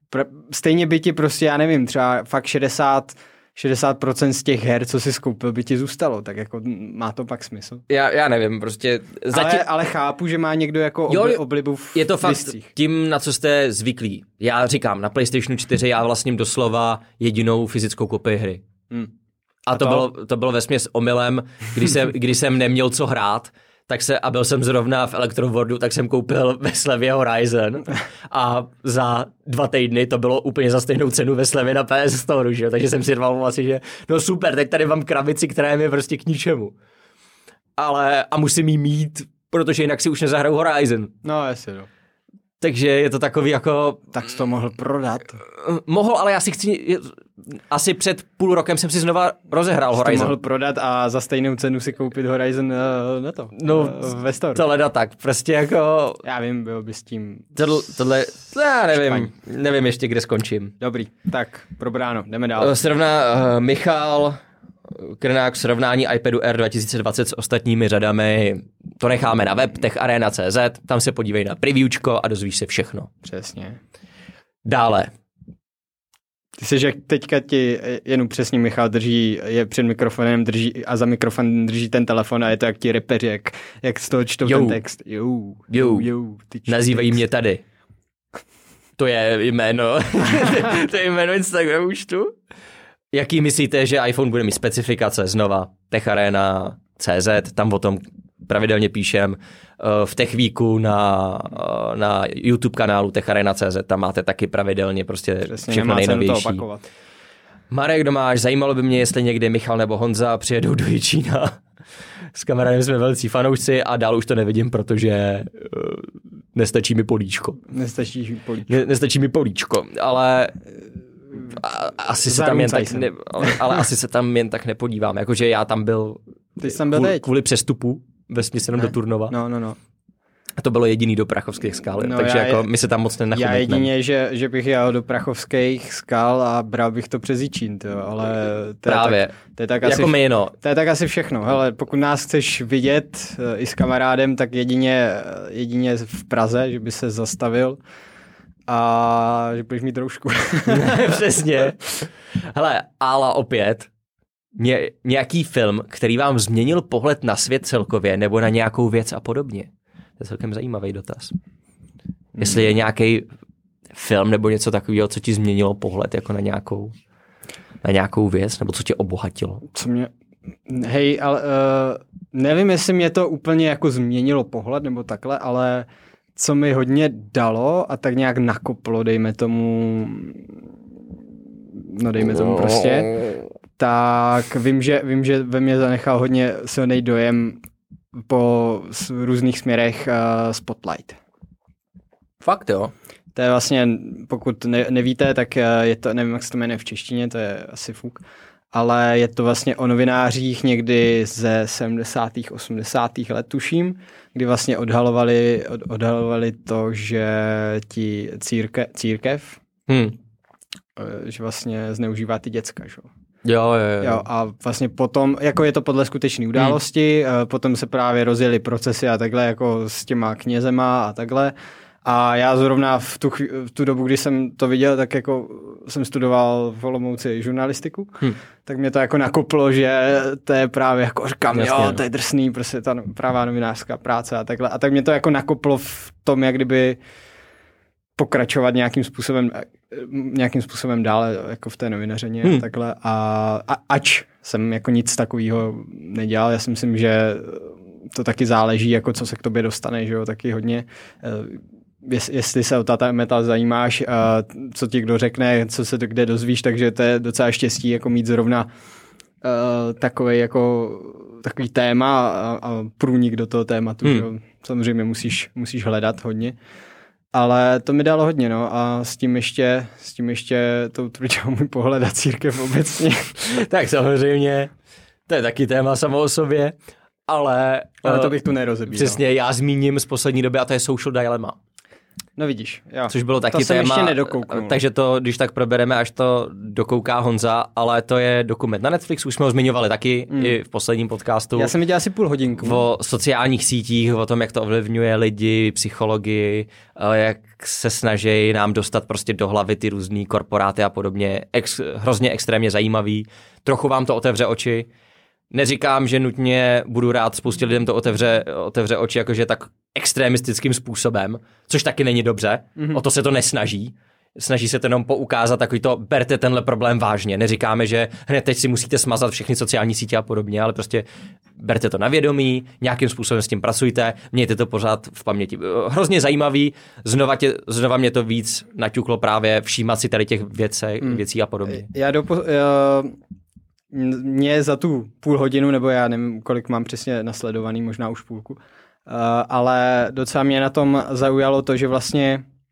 Stejně by ti prostě, já nevím, třeba fakt šedesát šedesát procent z těch her, co jsi skoupil, by ti zůstalo, tak jako má to pak smysl. Já, já nevím, prostě... Zatím... Ale, ale chápu, že má někdo jako obli, jo, oblibu v je to fakt discích. Tím, na co jste zvyklí. Já říkám, na PlayStationu čtyři já vlastním doslova jedinou fyzickou kopii hry. Hmm. A, A to, to? Bylo, to bylo vesměs omylem, když jsem, když jsem neměl co hrát, tak se, a byl jsem zrovna v Electroworldu, tak jsem koupil ve slevě Horizon a za dva týdny to bylo úplně za stejnou cenu ve slevě na P S Store, že? Takže jsem si dval asi, že no super, teď tady mám krabici, která je mi prostě k ničemu. Ale a musím jí mít, protože jinak si už nezahraju Horizon. No jasně, no. Takže je to takový jako... Tak jsi to mohl prodat. Mohl, ale já si chci... Asi před půl rokem jsem si znova rozehrál Horizon. Jsi mohl prodat a za stejnou cenu si koupit Horizon na to. No, ve store. To leda tak. Prostě jako... Já vím, bylo by s tím... Tohle, tohle já nevím. Nevím ještě, kde skončím. Dobrý, tak probráno, jdeme dál. Srovná uh, Michal Krnák srovnání iPadu Air dva tisíce dvacet s ostatními řadami. To necháme na web tech arena tečka cé zet. Tam se podívej na previewčko a dozvíš se všechno. Přesně. Dále. Ty jsi, že teďka ti jenom přesně Michal drží, je před mikrofonem drží a za mikrofonem drží ten telefon a je to jak ti repeři, jak, jak z toho čtou jo. ten text. Jo, jo, jo nazývají text. Mě tady. To je jméno, to je jméno Instagramu účtu. Jaký myslíte, že iPhone bude mít specifikace znova? tech arena tečka cé zet, tam o tom pravidelně píšem. V TechWeeku na, na YouTube kanálu tech arena tečka cé zet, tam máte taky pravidelně prostě přesně, všechno nejnovější. Marek Domáš, zajímalo by mě, jestli někdy Michal nebo Honza přijedou do Jičína. S kamarádem jsme velcí fanoušci a dál už to nevidím, protože uh, nestačí mi políčko. Nestačí mi políčko. Ne, nestačí mi políčko, ale... A, asi se tam jen tak ne, ale, ale asi se tam jen tak nepodívám. Jakože já tam byl, Ty jsi tam byl kvůli, kvůli přestupu vesměs jenom do Turnova. No, no, no. A to bylo jediný do Prachovských skal, no, takže jako je, my se tam moc nenachutneme. Já jedině, že, že bych jel do Prachovských skal a bral bych to přes Jičín, to, ale to Právě, je tak, to je tak asi, jako my, no. To je tak asi všechno. Hele, pokud nás chceš vidět i s kamarádem, tak jedině, jedině v Praze, že by se zastavil a že budeš mít roušku. Přesně. Hele, ale opět, ně, nějaký film, který vám změnil pohled na svět celkově, nebo na nějakou věc a podobně. To je celkem zajímavý dotaz. Jestli je nějaký film nebo něco takového, co ti změnilo pohled jako na nějakou, na nějakou věc, nebo co tě obohatilo. Co mě... Hej, ale uh, nevím, jestli mě to úplně jako změnilo pohled nebo takhle, ale co mi hodně dalo a tak nějak nakoplo, dejme tomu, no dejme tomu prostě, tak vím, že, vím, že ve mně zanechal hodně silný dojem po různých směrech uh, Spotlight. Fakt jo? To je vlastně, pokud ne, nevíte, tak je to, nevím, jak se to jmenuje v češtině, to je asi fuk, ale je to vlastně o novinářích někdy ze sedmdesátých osmdesátých let, tuším, kdy vlastně odhalovali, od, odhalovali to, že ti círke, církev, hmm. že vlastně zneužívá ty děcka, že? Jo, jo, jo. jo. A vlastně potom, jako je to podle skutečné události, hmm. potom se právě rozjeli procesy a takhle, jako s těma knězema a takhle. A já zrovna v tu, v tu dobu, kdy jsem to viděl, tak jako jsem studoval v Olomouci žurnalistiku, hmm. tak mě to jako nakoplo, že to je právě jako říkám, Jasně, jo, to je drsný, prostě ta pravá novinářská práce a takhle. A tak mě to jako nakoplo v tom, jak kdyby pokračovat nějakým způsobem, nějakým způsobem dále jako v té novinařině hmm. a takhle. A, a ač jsem jako nic takového nedělal, já si myslím, že to taky záleží, jako co se k tobě dostane, že jo, taky hodně. Jestli se o Tata Metal zajímáš, a co ti kdo řekne, co se to kde dozvíš, takže to je docela štěstí jako mít zrovna uh, takový jako takový téma a, a průnik do toho tématu. Hmm. Že? Samozřejmě musíš, musíš hledat hodně. Ale to mi dalo hodně, no, a s tím ještě, s tím ještě to utvrdilo můj pohled na církev obecně. Tak samozřejmě, to je taky téma samo o sobě, ale... Ale to bych tu nerozebíral. Přesně, já zmíním z poslední doby a to je Social Dilemma. No vidíš, jo. Což bylo taky to jsem téma, ještě nedokouknul. Takže to, když tak probereme, až to dokouká Honza, ale to je dokument na Netflixu, už jsme ho zmiňovali taky mm. i v posledním podcastu. Já jsem viděl asi půl hodinku. O sociálních sítích, o tom, jak to ovlivňuje lidi, psychologii, jak se snaží nám dostat prostě do hlavy ty různý korporáty a podobně. Ex, hrozně extrémně zajímavý. Trochu vám to otevře oči. Neříkám, že nutně budu rád, spoustě lidem to otevře, otevře oči jakože tak extremistickým způsobem, což taky není dobře, mm-hmm. o to se to nesnaží. Snaží se to jenom poukázat takový to, berte tenhle problém vážně. Neříkáme, že hned teď si musíte smazat všechny sociální sítě a podobně, ale prostě berte to na vědomí, nějakým způsobem s tím pracujte, mějte to pořád v paměti. Hrozně zajímavý, znova, tě, znova mě to víc naťuklo právě všímat si tady těch věcí, mm. věcí a podobně. Já dopo... Já... Mě za tu půl hodinu, nebo já nevím, kolik mám přesně nasledovaný, možná už půlku, uh, ale docela mě na tom zaujalo to, že vlastně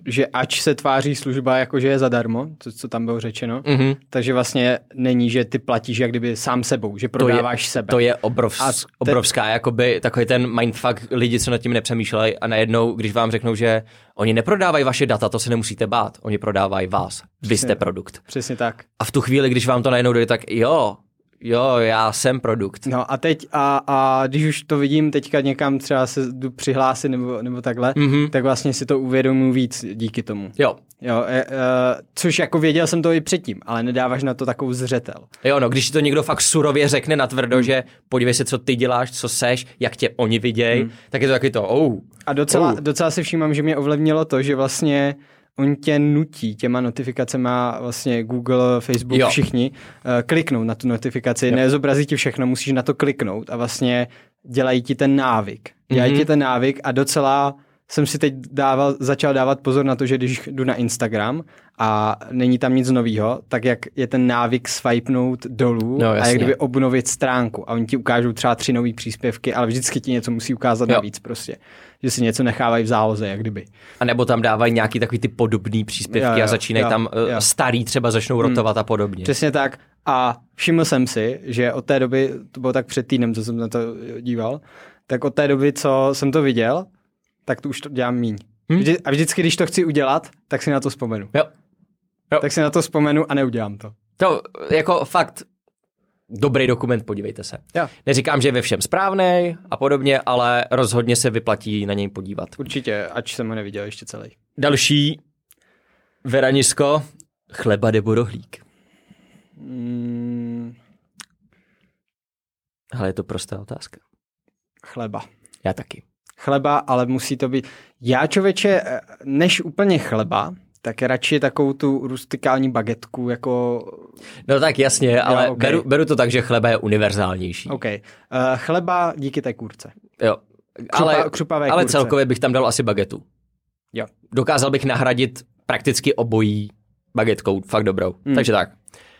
že ač se tváří služba jako, že je zadarmo, to, co tam bylo řečeno, mm-hmm. takže vlastně není, že ty platíš jak kdyby sám sebou, že prodáváš to je, sebe. To je obrovs, te... obrovská, jakoby takový ten mindfuck, lidi, co nad tím nepřemýšlejí a najednou, když vám řeknou, že oni neprodávají vaše data, to se nemusíte bát, oni prodávají vás, vy Přesně, jste produkt. Přesně tak. A v tu chvíli, když vám to najednou dojde, tak jo, jo, já jsem produkt. No a teď, a, a když už to vidím teďka někam třeba se jdu přihlásit nebo, nebo takhle, mm-hmm. tak vlastně si to uvědomuji víc díky tomu. Jo. Jo, e, e, což jako věděl jsem to i předtím, ale nedáváš na to takovou zřetel. Jo, no, když ti to někdo fakt surově řekne natvrdo, hmm. že podívej se, co ty děláš, co seš, jak tě oni vidějí, hmm. tak je to taky to, oh. A docela, oh. docela si všímám, že mě ovlivnilo to, že vlastně on tě nutí těma notifikacema vlastně Google, Facebook, jo. všichni uh, kliknout na tu notifikaci, jo. nezobrazí ti všechno, musíš na to kliknout a vlastně dělají ti ten návyk. Dělají mm-hmm. ti ten návyk a docela jsem si teď dával, začal dávat pozor na to, že když jdu na Instagram a není tam nic novýho, tak jak je ten návyk swipenout dolů no, a jak kdyby obnovit stránku a oni ti ukážou třeba tři nový příspěvky, ale vždycky ti něco musí ukázat jo. navíc prostě. Že si něco nechávají v záloze, jak kdyby. A nebo tam dávají nějaký takový ty podobný příspěvky jo, jo, a začínají jo, tam jo. starý třeba začnou rotovat hmm. a podobně. Přesně tak. A všiml jsem si, že od té doby, to bylo tak před týdnem, co jsem na to díval, tak od té doby, co jsem to viděl, tak to už to dělám míň. Hmm? Vždy, a vždycky, když to chci udělat, tak si na to vzpomenu. Jo. Jo. Tak si na to vzpomenu a neudělám to. To jako fakt dobrý dokument, podívejte se. Jo. Neříkám, že je ve všem správnej a podobně, ale rozhodně se vyplatí na něj podívat. Určitě, ač jsem ho neviděl ještě celý. Další veranisko, chleba nebo rohlík? Hmm. Ale je to prostá otázka. Chleba. Já taky. Chleba, ale musí to být... Já, člověče, než úplně chleba, tak radši takovou tu rustikální bagetku, jako... No tak jasně, ale jo, okay. beru, beru to tak, že chleba je univerzálnější. OK. Uh, chleba díky té kůrce. Jo. Křupa, ale, křupavé ale kůrce. celkově bych tam dal asi bagetu. Jo. Dokázal bych nahradit prakticky obojí bagetkou, fakt dobrou. Hmm. Takže tak.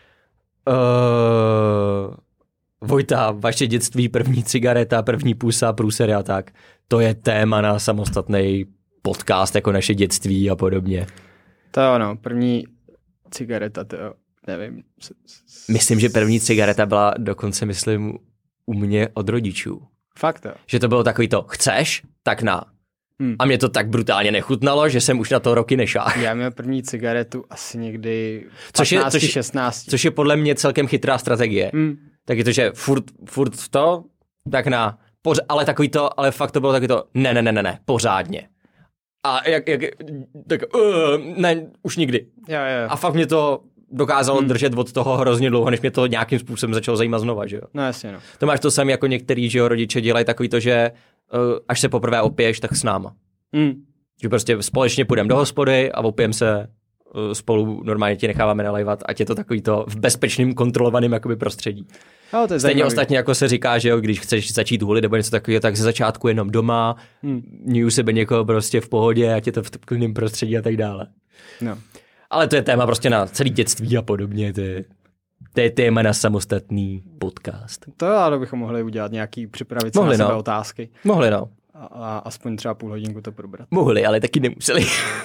Uh, Vojta, vaše dětství, první cigareta, první pusa, průsery a tak. To je téma na samostatný podcast, jako naše dětství a podobně. To je ono, první cigareta, to jo, nevím. Myslím, že první cigareta byla dokonce, myslím, u mě od rodičů. Fakt jo. Že to bylo takový to, chceš, tak na. Hmm. A mě to tak brutálně nechutnalo, že jsem už na to roky nešáhl. Já měl první cigaretu asi někdy patnáct šestnáct. Což je podle mě celkem chytrá strategie. Hmm. Tak je to, že furt, furt to, tak na, poř- ale takový to, ale fakt to bylo takový to, ne, ne, ne, ne, ne, pořádně. A jak, jak tak, uh, ne, už nikdy. Jo, jo. A fakt mě to dokázalo hmm. držet od toho hrozně dlouho, než mě to nějakým způsobem začalo zajímat znova, že jo. No jasně, no. To máš to samé jako některý, že jo, rodiče dělají takový to, že uh, až se poprvé opiješ, tak s náma. Hmm. Že prostě společně půjdeme do hospody a opijeme se uh, spolu, normálně ti necháváme nalejvat, ať je to takový to v bezpečným, kontrolovaným jakoby prostředí. No, to je Stejně zajímavý. Ostatně jako se říká, že jo, když chceš začít hulit nebo něco takového, tak ze začátku jenom doma, hmm. měj u sebe někoho prostě v pohodě, ať je to v klidném prostředí a tak dále. No. Ale to je téma prostě na celý dětství a podobně, to je, to je téma na samostatný podcast. To ale bychom mohli udělat nějaký, připravit mohli, se na sebe no. otázky. Mohli, no. A, a aspoň třeba půl hodinku to probrat. Mohli, ale taky nemuseli.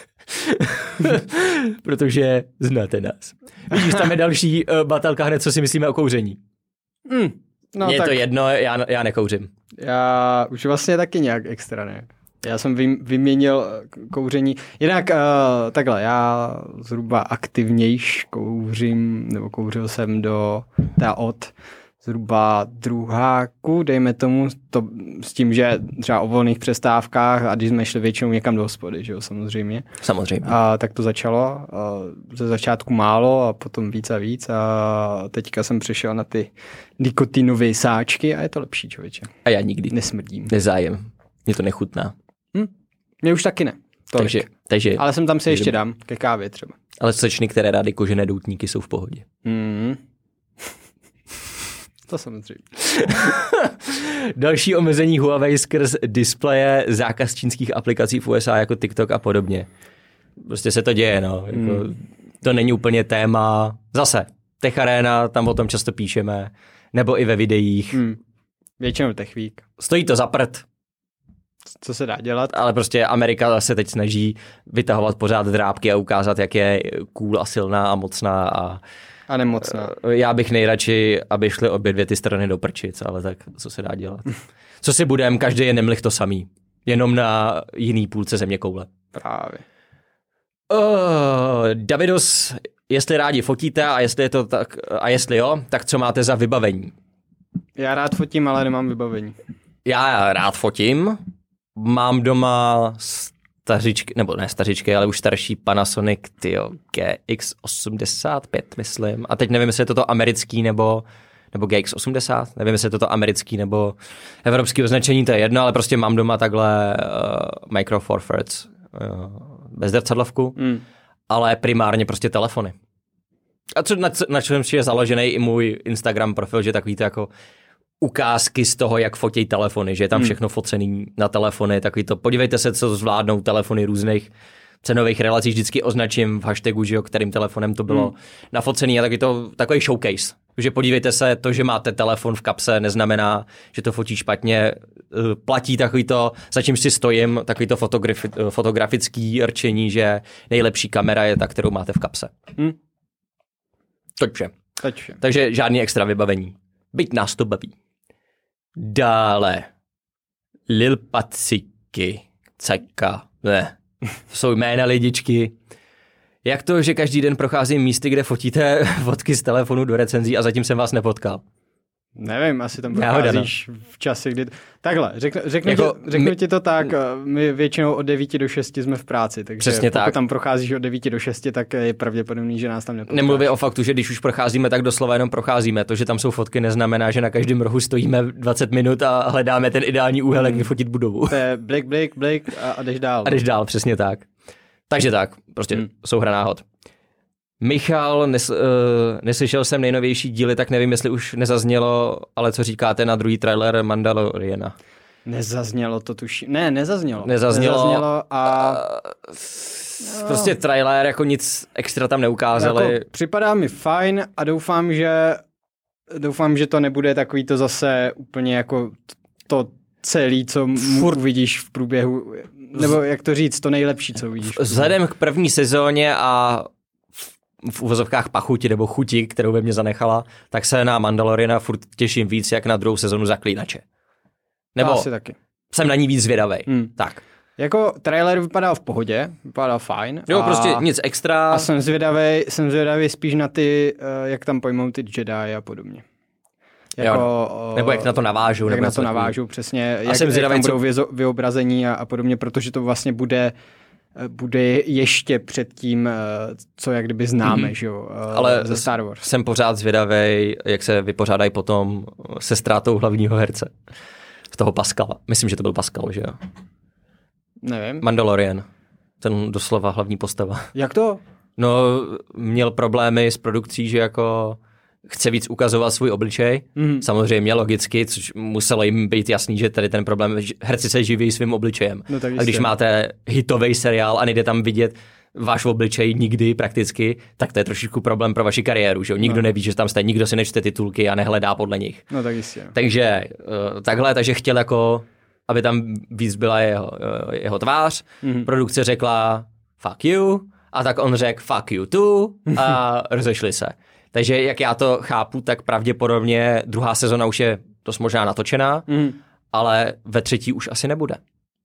Protože znáte nás. Vidíš, tam je další uh, batalka hned, co si myslíme o kouření. Mm, no, je tak to jedno, já, já nekouřím. Já už vlastně taky nějak extra ne. Já jsem vy, vyměnil kouření. Jinak uh, takhle, já zhruba aktivnějš kouřím, nebo kouřil jsem do teda od zhruba druháku, dejme tomu, to, s tím, že třeba o volných přestávkách a když jsme šli většinou někam do hospody, že jo, samozřejmě. Samozřejmě. A tak to začalo, uh, ze začátku málo a potom víc a víc a teďka jsem přešel na ty nikotinové sáčky a je to lepší, člověče. A já nikdy. Nesmrdím. Nezájem. Mě to nechutná. Hm? Mně už taky ne. Takže, takže, ale jsem tam si ještě dám, ke kávě třeba. Ale slečny, které rády kožené doutníky, jsou v pohodě. Mm. To samozřejmě. Další omezení Huawei skrz displeje, zákaz čínských aplikací v U S A jako TikTok a podobně. Prostě se to děje, no. Jako, mm. To není úplně téma. Zase, Tech Arena, tam o tom často píšeme. Nebo i ve videích. Mm. Většinou Tech Week. Stojí to za prd. co se dá dělat. Ale prostě Amerika se teď snaží vytahovat pořád drápky a ukázat, jak je cool a silná a mocná a A nemocná. Já bych nejradši, aby šly obě dvě ty strany do prčic, ale tak co se dá dělat. Co si budem, každý je nemlich to samý. Jenom na jiný půlce země koule. Právě. Uh, Davidos, jestli rádi fotíte a jestli je to tak, a jestli jo, tak co máte za vybavení? Já rád fotím, ale nemám vybavení. Já rád fotím. Mám doma stařičky, nebo ne stařičky, ale už starší Panasonic tyjo, G X osmdesát pět, myslím. A teď nevím, jestli je to to americký nebo, nebo G X osmdesát. Nevím, jestli je to to americký nebo evropský označení, to je jedno, ale prostě mám doma takhle uh, Micro Four Thirds uh, bez zrcadlovku, mm. ale primárně prostě telefony. A co, na, na čem je založený i můj Instagram profil, že takový to jako ukázky z toho, jak fotí telefony, že je tam všechno focený na telefony, takový to, podívejte se, co zvládnou telefony různých cenových relací, vždycky označím v hashtagu, že jo, kterým telefonem to bylo hmm. nafocený a taky to, takový showcase, že podívejte se, to, že máte telefon v kapse, neznamená, že to fotí špatně, platí takový to, za čím si stojím, takový to fotografi- fotografický rčení, že nejlepší kamera je ta, kterou máte v kapse. Hmm. Toť vše. Toť vše. Takže žádný extra vybavení. Byť nás to baví. Dále. Lil Paciky. Ceka. Ne. To jsou jména lidičky. Jak to, že každý den procházím místy, kde fotíte fotky z telefonu do recenzí a zatím jsem vás nepotkal? Nevím, asi tam procházíš v čase, kdy... Takhle, řeknu, řeknu, jako, ti, řeknu my... ti to tak, my většinou od devíti do šesti jsme v práci, takže přesně pokud tak. tam procházíš od devíti do šesti, tak je pravděpodobný, že nás tam nepotkáš. Nemluvím o faktu, že když už procházíme, tak doslova jenom procházíme. To, že tam jsou fotky, neznamená, že na každém rohu stojíme dvacet minut a hledáme ten ideální úhel, jak vyfotit budovu. To je blik, blik, blik a, a jdeš dál. A jdeš dál, přesně tak. Takže tak, prostě hmm. souhra náhod. Michal, nes, uh, neslyšel jsem nejnovější díly, tak nevím, jestli už nezaznělo, ale co říkáte na druhý trailer Mandaloriana? Nezaznělo to tuším. Ne, nezaznělo. Nezaznělo. nezaznělo a... Uh, prostě trailer, jako nic extra tam neukázali. Jako, připadá mi fajn a doufám, že doufám, že to nebude takový to zase úplně jako to celý, co Furt. uvidíš v průběhu, nebo jak to říct, to nejlepší, co uvidíš. Vzhledem k první sezóně a v uvozovkách pachuti nebo chuti, kterou by mě zanechala, tak se na Mandaloriana furt těším víc, jak na druhou sezonu Zaklínače. Nebo asi taky. Jsem na ní víc zvědavej. Hmm. Tak. Jako trailer vypadal v pohodě, vypadal fajn. Jo, prostě nic extra. A jsem zvědavej, jsem zvědavej spíš na ty, jak tam pojmou ty Jedi a podobně. Jako, jo, nebo jak na to navážou. Jak nebo na to navážou, přesně. A jak, jsem zvědavej, jak tam co... budou vyobrazení a, a podobně, protože to vlastně bude bude ještě před tím, co jak kdyby známe, mm-hmm. že jo, ale ze Star Wars. Jsem pořád zvědavej, jak se vypořádají potom se ztrátou hlavního herce. Z toho Pascala. Myslím, že to byl Pascal, že jo? Nevím. Mandalorian. Ten doslova hlavní postava. Jak to? No, měl problémy s produkcí, že jako chce víc ukazovat svůj obličej. Mm. Samozřejmě, logicky, což muselo jim být jasný, že tady ten problém, herci se živí svým obličejem. No, a když máte hitový seriál a nejde tam vidět váš obličej nikdy prakticky, tak to je trošičku problém pro vaši kariéru, že jo? Nikdo no. neví, že tam jste, nikdo si nečte titulky a nehledá podle nich. No tak jistě. Takže uh, takhle, takže chtěl jako, aby tam víc byla jeho, uh, jeho tvář. Mm. Produkce řekla fuck you a tak on řekl fuck you too a rozešli se. Takže jak já to chápu, tak pravděpodobně druhá sezona už je dost možná natočená, mm. ale ve třetí už asi nebude.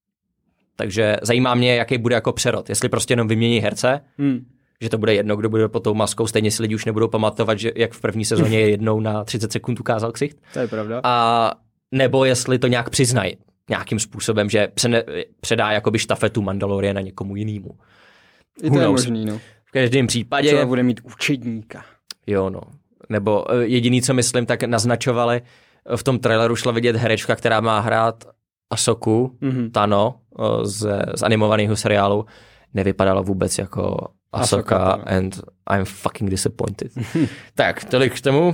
Takže zajímá mě, jaký bude jako přerod. Jestli prostě jenom vymění herce, mm. že to bude jedno, kdo bude pod tou maskou, stejně si lidi už nebudou pamatovat, že jak v první sezóně jednou na třicet sekund ukázal ksicht. To je pravda. A nebo jestli to nějak přiznají nějakým způsobem, že přene, předá jakoby štafetu Mandaloriana někomu jinému. I to je možný, no. V každém případě... Třeba bude mít učedníka. Jo, no. Nebo jediný, co myslím, tak naznačovali, v tom traileru šla vidět herečka, která má hrát Ahsoku, mm-hmm. Tano, z, z animovaného seriálu. Nevypadala vůbec jako Ahsoka, Ahsoka and I'm fucking disappointed. Tak, tolik k tomu.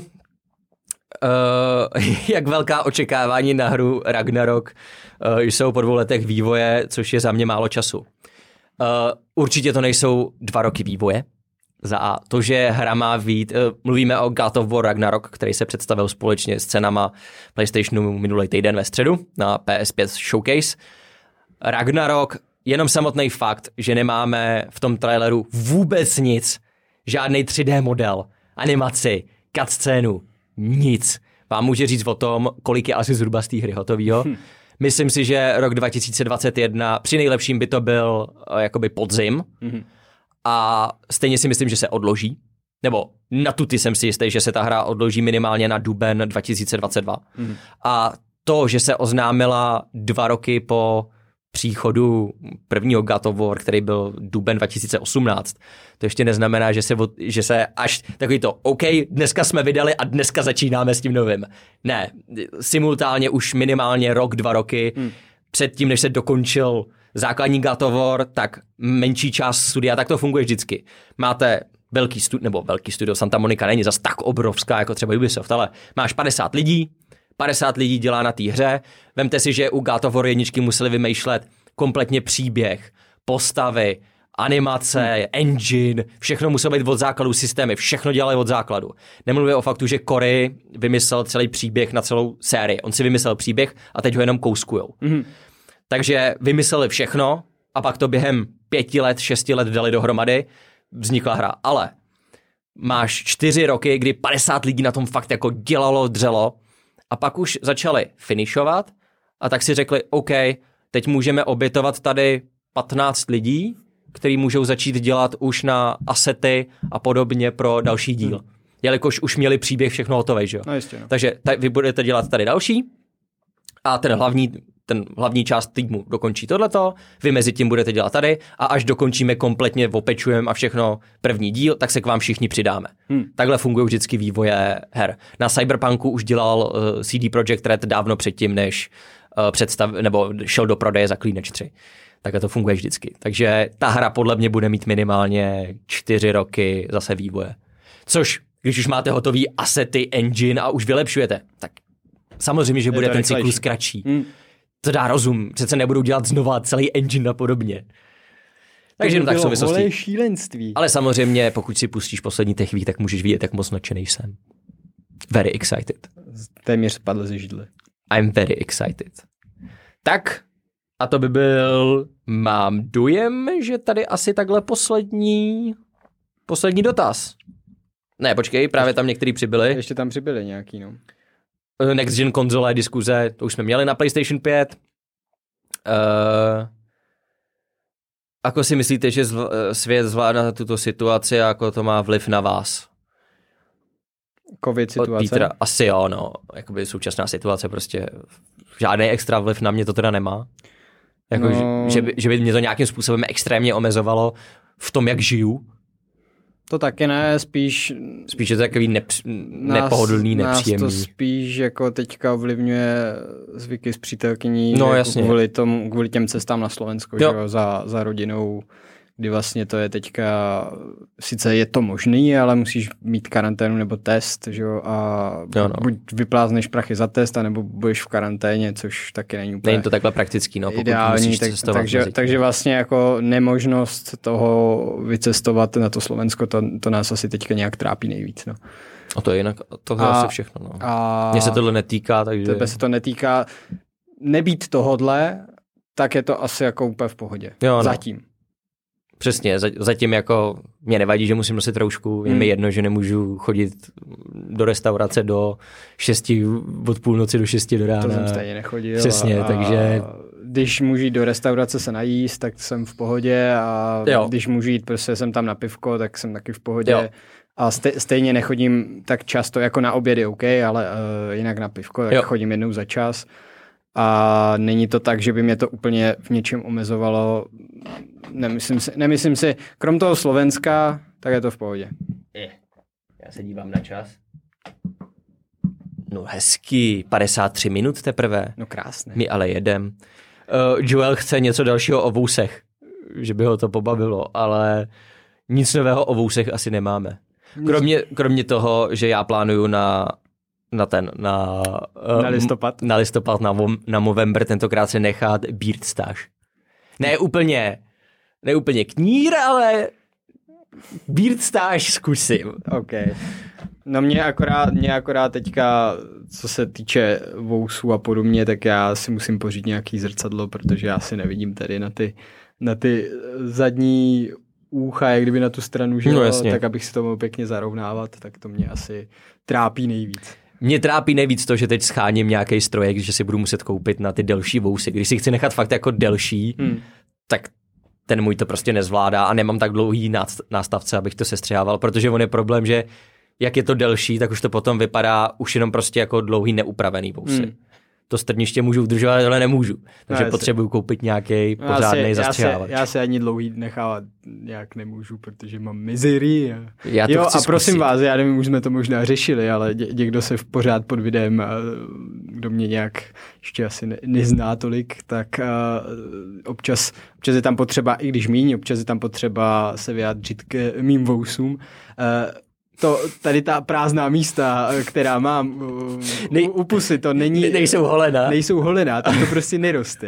Uh, jak velká očekávání na hru Ragnarok uh, jsou po dvou letech vývoje, což je za mě málo času. Uh, určitě to nejsou dva roky vývoje. Za A. To, že hra má být, uh, mluvíme o God of War Ragnarok, který se představil společně s cenama PlayStationu minulý týden ve středu na P S pět Showcase. Ragnarok, jenom samotný fakt, že nemáme v tom traileru vůbec nic, žádný tři dé model, animaci, cutscénu, nic. Vám může říct o tom, kolik je asi zhruba z té hry hotovýho. Hm. Myslím si, že rok dva tisíce dvacet jedna při nejlepším by to byl uh, jakoby podzim hm. a stejně si myslím, že se odloží. Nebo na tuty jsem si jistý, že se ta hra odloží minimálně na duben dva tisíce dvacet dva. Hm. A to, že se oznámila dva roky po příchodu prvního God of War, který byl duben dva tisíce osmnáct, to ještě neznamená, že se, že se až takový to, OK, dneska jsme vydali a dneska začínáme s tím novým. Ne, simultánně už minimálně rok, dva roky hmm. předtím, než se dokončil základní God of War, tak menší část studia, tak to funguje vždycky. Máte velký studio, nebo velký studio, Santa Monica není zas tak obrovská, jako třeba Ubisoft, ale máš padesát lidí, padesát lidí dělá na té hře. Vemte si, že u God of War jedničky museli vymýšlet kompletně příběh, postavy, animace, hmm. engine, všechno muselo být od základu, systémy, všechno dělali od základu. Nemluvím o faktu, že Cory vymyslel celý příběh na celou sérii. On si vymyslel příběh a teď ho jenom kouskujou. Hmm. Takže vymysleli všechno a pak to během pěti let, šesti let dali dohromady, vznikla hra. Ale máš čtyři roky, kdy padesát lidí na tom fakt jako dělalo, dřelo, a pak už začali finišovat a tak si řekli, OK, teď můžeme obětovat tady patnáct lidí, kteří můžou začít dělat už na asety a podobně pro další díl. Hmm. Jelikož už měli příběh všechno hotové, že jo? No jistě, no. Takže tady, vy budete dělat tady další a ten hlavní, ten hlavní část týmu dokončí tohleto, vy mezi tím budete dělat tady a až dokončíme kompletně, opečujeme a všechno první díl, tak se k vám všichni přidáme. Hmm. Takhle fungují vždycky vývoje her. Na Cyberpunku už dělal uh, C D Projekt Red dávno předtím, než uh, představ, nebo šel do prodeje Zaklínač tři. Takhle to funguje vždycky. Takže ta hra podle mě bude mít minimálně čtyři roky zase vývoje. Což, když už máte hotový asety, engine a už vylepšujete, tak samozřejmě, že bude ten rychlejší cyklus kratší. Hmm. To dá rozum. Přece nebudou dělat znova celý engine a podobně. Takže jenom tak souvislosti. Šílenství. Ale samozřejmě, pokud si pustíš poslední těch chvíli, tak můžeš vidět, jak moc nadšený jsem. Very excited. Téměř spadl ze židle. I'm very excited. Tak, a to by byl, mám dojem, že tady asi takhle poslední, poslední dotaz. Ne, počkej, právě tam některý přibyli. Ještě tam přibyli nějaký, no. Next gen konzole, diskuze, to už jsme měli na PlayStation pět. Uh, ako si myslíte, že zv- svět zvládá tuto situaci a jako to má vliv na vás? Covid situace? Petra, asi jo, no. Jakoby současná situace prostě žádný extra vliv na mě to teda nemá. Jako, no, že, by, že by mě to nějakým způsobem extrémně omezovalo v tom, jak žiju. To taky ne, spíš... Spíš je to takový nepř- nepohodlný, nepříjemný. Nás to spíš jako teďka ovlivňuje zvyky s přítelkyní, no, jako jasně. Kvůli, tom, kvůli těm cestám na Slovensko, že jo, za, za rodinou, kdy vlastně to je teďka, sice je to možný, ale musíš mít karanténu nebo test, že jo, a jo, no. buď vyplázneš prachy za test, anebo budeš v karanténě, což taky není úplně... Není to takhle praktický, no, pokud ideální, musíš tak, cestovat. Takže, takže vlastně jako nemožnost toho vycestovat na to Slovensko, to, to nás asi teďka nějak trápí nejvíc, no. A to je jinak, to je asi všechno, no. A mně se tohle netýká, takže... Tebe se to netýká. Nebýt tohodle, tak je to asi jako úplně v pohodě. Jo, no. Zatím. Přesně, zatím jako mě nevadí, že musím nosit roušku, je hmm. mi jedno, že nemůžu chodit do restaurace do šesti, od půlnoci do šesti do rána. To jsem stejně nechodil. Přesně, a, takže... Když můžu jít do restaurace se najíst, tak jsem v pohodě a jo. Když můžu jít, prostě jsem tam na pivko, tak jsem taky v pohodě. Jo. A stejně nechodím tak často jako na obědy, OK, ale uh, jinak na pivko, tak jo. Chodím jednou za čas. A není to tak, že by mě to úplně v něčem omezovalo. Nemyslím si, nemyslím si, krom toho Slovenska, tak je to v pohodě. Je. Já se dívám na čas. No hezký, padesát tři minut teprve. No krásné. My ale jedem. Uh, Joel chce něco dalšího o vousech, že by ho to pobavilo, ale nic nového o vousech asi nemáme. Kromě, kromě toho, že já plánuju na na ten, na, na listopad, na listopad, na, na Movember tentokrát se nechat beard stash. Ne úplně, ne úplně knír, ale beard stash zkusím. OK. No mě akorát, mě akorát teďka, co se týče vousů a podobně, tak já si musím pořídit nějaký zrcadlo, protože já si nevidím tady na ty, na ty zadní úcha, jak kdyby na tu stranu, že no, jo, tak abych si to mohl pěkně zarovnávat, tak to mě asi trápí nejvíc. Mě trápí nejvíc to, že teď scháním nějaký strojek, že si budu muset koupit na ty delší vousy. Když si chci nechat fakt jako delší, hmm. tak ten můj to prostě nezvládá a nemám tak dlouhý nástavce, abych to sestřihával, protože on je problém, že jak je to delší, tak už to potom vypadá už jenom prostě jako dlouhý neupravený vousy. Hmm. To strniště můžu udržovat, ale nemůžu. Takže no, potřebuju koupit nějaký no, pořádnej zastřihávač. Já, já se ani dlouhý nechávat nějak nemůžu, protože mám mizerii. A... Já to jo, chci a prosím zkusit. vás, já nevím, už jsme to možná řešili, ale někdo se v pořád pod videem, kdo mě nějak ještě asi ne, nezná tolik, tak uh, občas, občas je tam potřeba, i když míň, občas je tam potřeba se vyjádřit k mým vousům. Uh, To, tady ta prázdná místa, která mám u, Nej, u pusy, to není... Nejsou holená. Nejsou holená, tam to prostě neroste.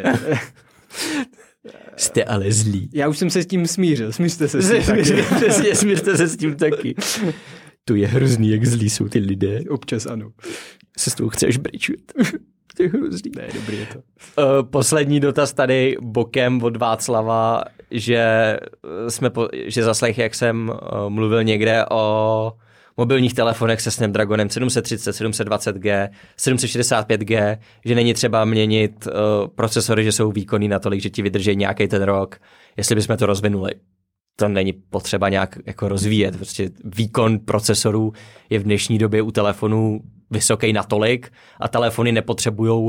Jste ale zlí. Já už jsem se s tím smířil, smířte se s tím taky. Přesně, smířte se s tím taky. To je hrozný, jak zlí jsou ty lidé. Občas ano. Se s tou chceš brečovat. To je hrozný. Ne, dobrý je to. Uh, poslední dotaz tady bokem od Václava, že jsme po, že zaslech, jak jsem uh, mluvil někde o mobilních telefonech se Snapdragonem sedm set třicet, sedm set dvacet G, sedm set šedesát pět G, že není třeba měnit uh, procesory, že jsou výkonný natolik, že ti vydrží nějaký ten rok, jestli bychom to rozvinuli. To není potřeba nějak jako rozvíjet. Prostě výkon procesorů je v dnešní době u telefonů vysoký natolik a telefony nepotřebujou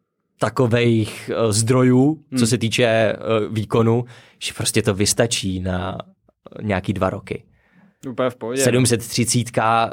takových uh, zdrojů, hmm. co se týče uh, výkonu, že prostě to vystačí na nějaký dva roky. Úplně v pohodě. sedm set třicet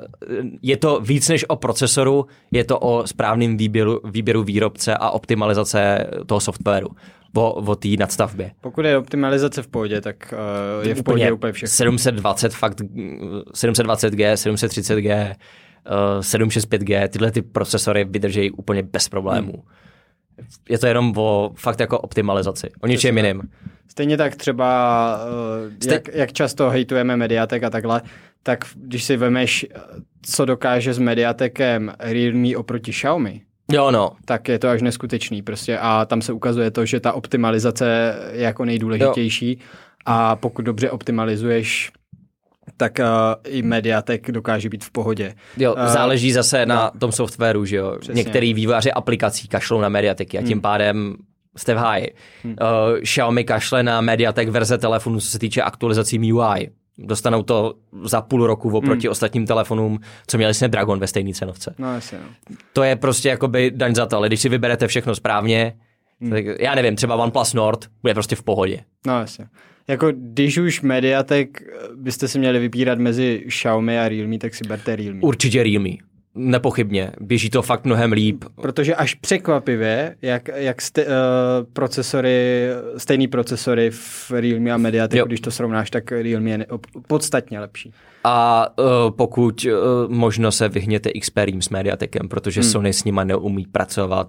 je to víc než o procesoru, je to o správném výběru, výběru výrobce a optimalizace toho softwaru. O, o té nadstavbě. Pokud je optimalizace v pohodě, tak uh, je v pohodě úplně všechno. sedm set dvacet fakt, sedm set dvacet G, sedm set třicet G, uh, sedm set šedesát pět G, tyhle ty procesory vydrží úplně bez problémů. Hmm. Je to jenom o fakt jako optimalizaci, o ničem jiným. Stejně tak třeba, uh, Stej... jak, jak často hejtujeme Mediatek a takhle, tak když si vemeš, co dokáže s Mediatekem Realme oproti Xiaomi, jo, no. tak je to až neskutečný prostě a tam se ukazuje to, že ta optimalizace je jako nejdůležitější jo. A pokud dobře optimalizuješ, tak uh, i Mediatek dokáže být v pohodě. Jo, záleží zase uh, na tom softwaru, že jo. Přesně. Některý vývojáři aplikací kašlou na Mediateky a tím hmm. pádem jste v háji. Hmm. Uh, Xiaomi kašle na Mediatek verze telefonu, co se týče aktualizací M U I. Dostanou to za půl roku oproti hmm. ostatním telefonům, co měli Snapdragon ve stejné cenovce. No, jasně, no. To je prostě jakoby daň za to, ale když si vyberete všechno správně, hmm. tak já nevím, třeba OnePlus Nord bude prostě v pohodě. No jasně. Jako když už Mediatek byste si měli vybírat mezi Xiaomi a Realme, tak si berte Realme. Určitě Realme. Nepochybně. Běží to fakt mnohem líp. Protože až překvapivě, jak, jak ste, uh, procesory, stejný procesory v Realme a Mediateku, jo. Když to srovnáš, tak Realme je ne, podstatně lepší. A uh, pokud uh, možno se vyhněte Xperím s Mediatekem, protože hmm. Sony s nima neumí pracovat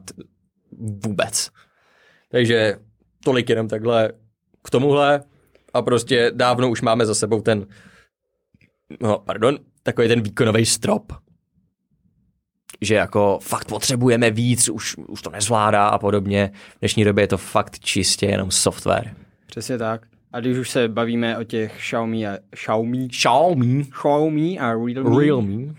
vůbec. Takže tolik jenom takhle k tomuhle a prostě dávno už máme za sebou ten no, pardon, takový ten výkonový strop. Že jako fakt potřebujeme víc, už, už to nezvládá a podobně. V dnešní době je to fakt čistě jenom software. Přesně tak. A když už se bavíme o těch Xiaomi a Xiaomi, Xiaomi, Xiaomi a Realme, Realme. Uh,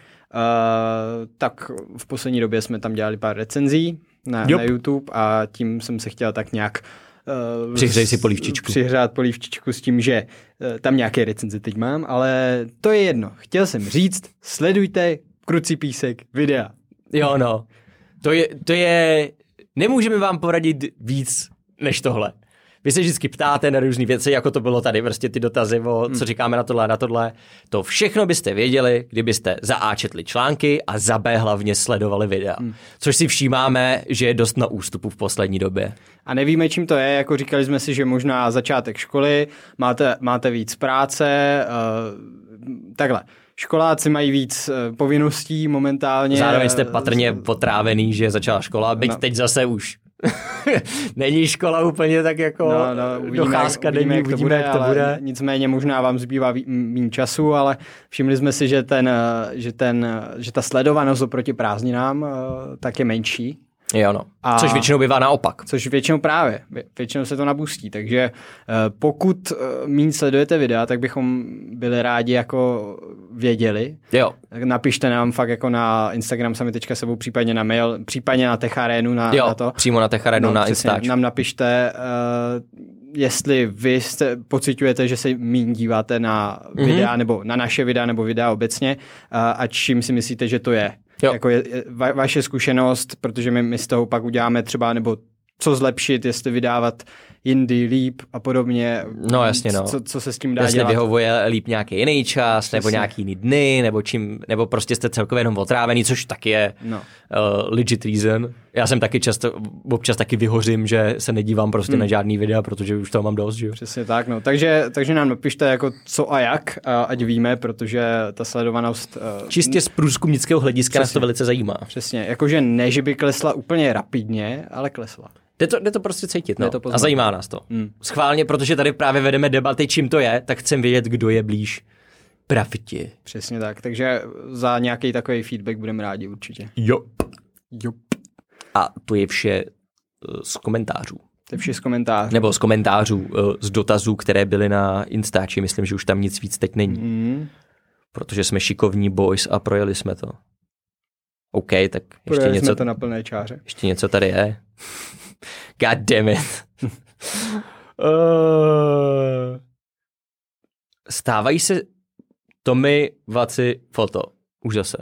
tak v poslední době jsme tam dělali pár recenzí na, na YouTube a tím jsem se chtěl tak nějak uh, přihřej si polívčičku. Přihřát polívčičku s tím, že uh, tam nějaké recenze teď mám, ale to je jedno. Chtěl jsem říct, sledujte Krucí písek videa. Jo, no. To je, to je, nemůžeme vám poradit víc než tohle. Vy se vždycky ptáte na různé věci, jako to bylo tady, prostě ty dotazy, o, hmm. co říkáme na tohle, na tohle. To všechno byste věděli, kdybyste za A četli články a za B hlavně sledovali videa. Hmm. Což si všímáme, že je dost na ústupu v poslední době. A nevíme, čím to je, jako říkali jsme si, že možná začátek školy, máte, máte víc práce, uh, takhle. Školáci mají víc uh, povinností momentálně. Zároveň jste patrně potrávený, že začala škola, byť no. teď zase už Není škola úplně tak jako no, no, uvidíme, docházka, uvidíme, není, jak to uvidíme, bude, jak to ale bude. Nicméně možná vám zbývá méně času, ale všimli jsme si, že, ten, že, ten, že ta sledovanost oproti prázdninám tak je menší. Jo, no. A což většinou bývá naopak. Což většinou právě. Většinou se to nabustí. Takže pokud méně sledujete videa, tak bychom byli rádi jako věděli. Jo. Napište nám fakt jako na Instagram sami tečka sebou, případně na mail, případně na Techarénu na, jo, na to. přímo na Techarénu no, na přesně, Instač. Nám napište, uh, jestli vy jste, pociťujete, že se méně díváte na videa, mm-hmm. nebo na naše videa, nebo videa obecně, uh, a čím si myslíte, že to je. Jo. Jako je, je va, vaše zkušenost, protože my, my z toho pak uděláme třeba, nebo co zlepšit, jestli vydávat jindy líp a podobně. No jasně, no. Co, co se s tím dá jestli dělat. vyhovuje líp nějaký jiný čas, Přesně. nebo nějaký jiný dny, nebo čím, nebo prostě jste celkově jenom otrávený, což taky je no. uh, legit reason. Já jsem taky často, občas taky vyhořím, že se nedívám prostě hmm. na žádný videa, protože už toho mám dost, že jo. Přesně tak, no. Takže, takže nám napište jako co a jak, a ať víme, protože ta sledovanost... Uh, Čistě z průzkumnického hlediska přesně. nás to velice zajímá. Přesně, jakože ne, že by klesla úplně rapidně, ale klesla. Jde to, jde to prostě cítit, no. To A zajímá nás to. Hmm. Schválně, protože tady právě vedeme debaty, čím to je, tak chcem vědět, kdo je blíž pravdě. Přesně tak, takže za nějaký takový feedback budeme rádi určitě. Jo. Jo. A to je vše z komentářů. To je vše z komentářů. Nebo z komentářů, z dotazů, které byly na Instači. Myslím, že už tam nic víc teď není. Mm. Protože jsme šikovní boys a projeli jsme to. OK, tak ještě projeli něco... jsme to na plné čáře. Ještě něco tady je. God damn it. uh, stávají se Tommy Vaci foto. Už zase.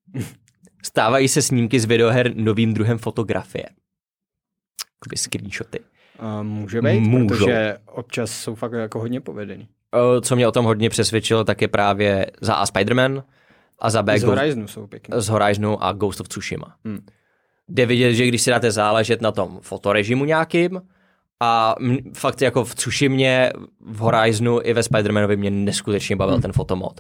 Stávají se snímky z videoher novým druhem fotografie. Kdyby screenshoty. Uh, může být, Můžou. protože občas jsou fakt jako hodně povedený. Uh, co mě o tom hodně přesvědčilo, tak je právě za A Spider-Man a za B z Horizonu jsou pěkný. Z Horizonu a Ghost of Tsushima. Hmm. Jde vidět, že když si dáte záležet na tom fotorežimu nějakým a m- fakt jako v Tsushimě, v Horizonu i ve Spider-Manovi mě neskutečně bavil hmm. ten fotomod.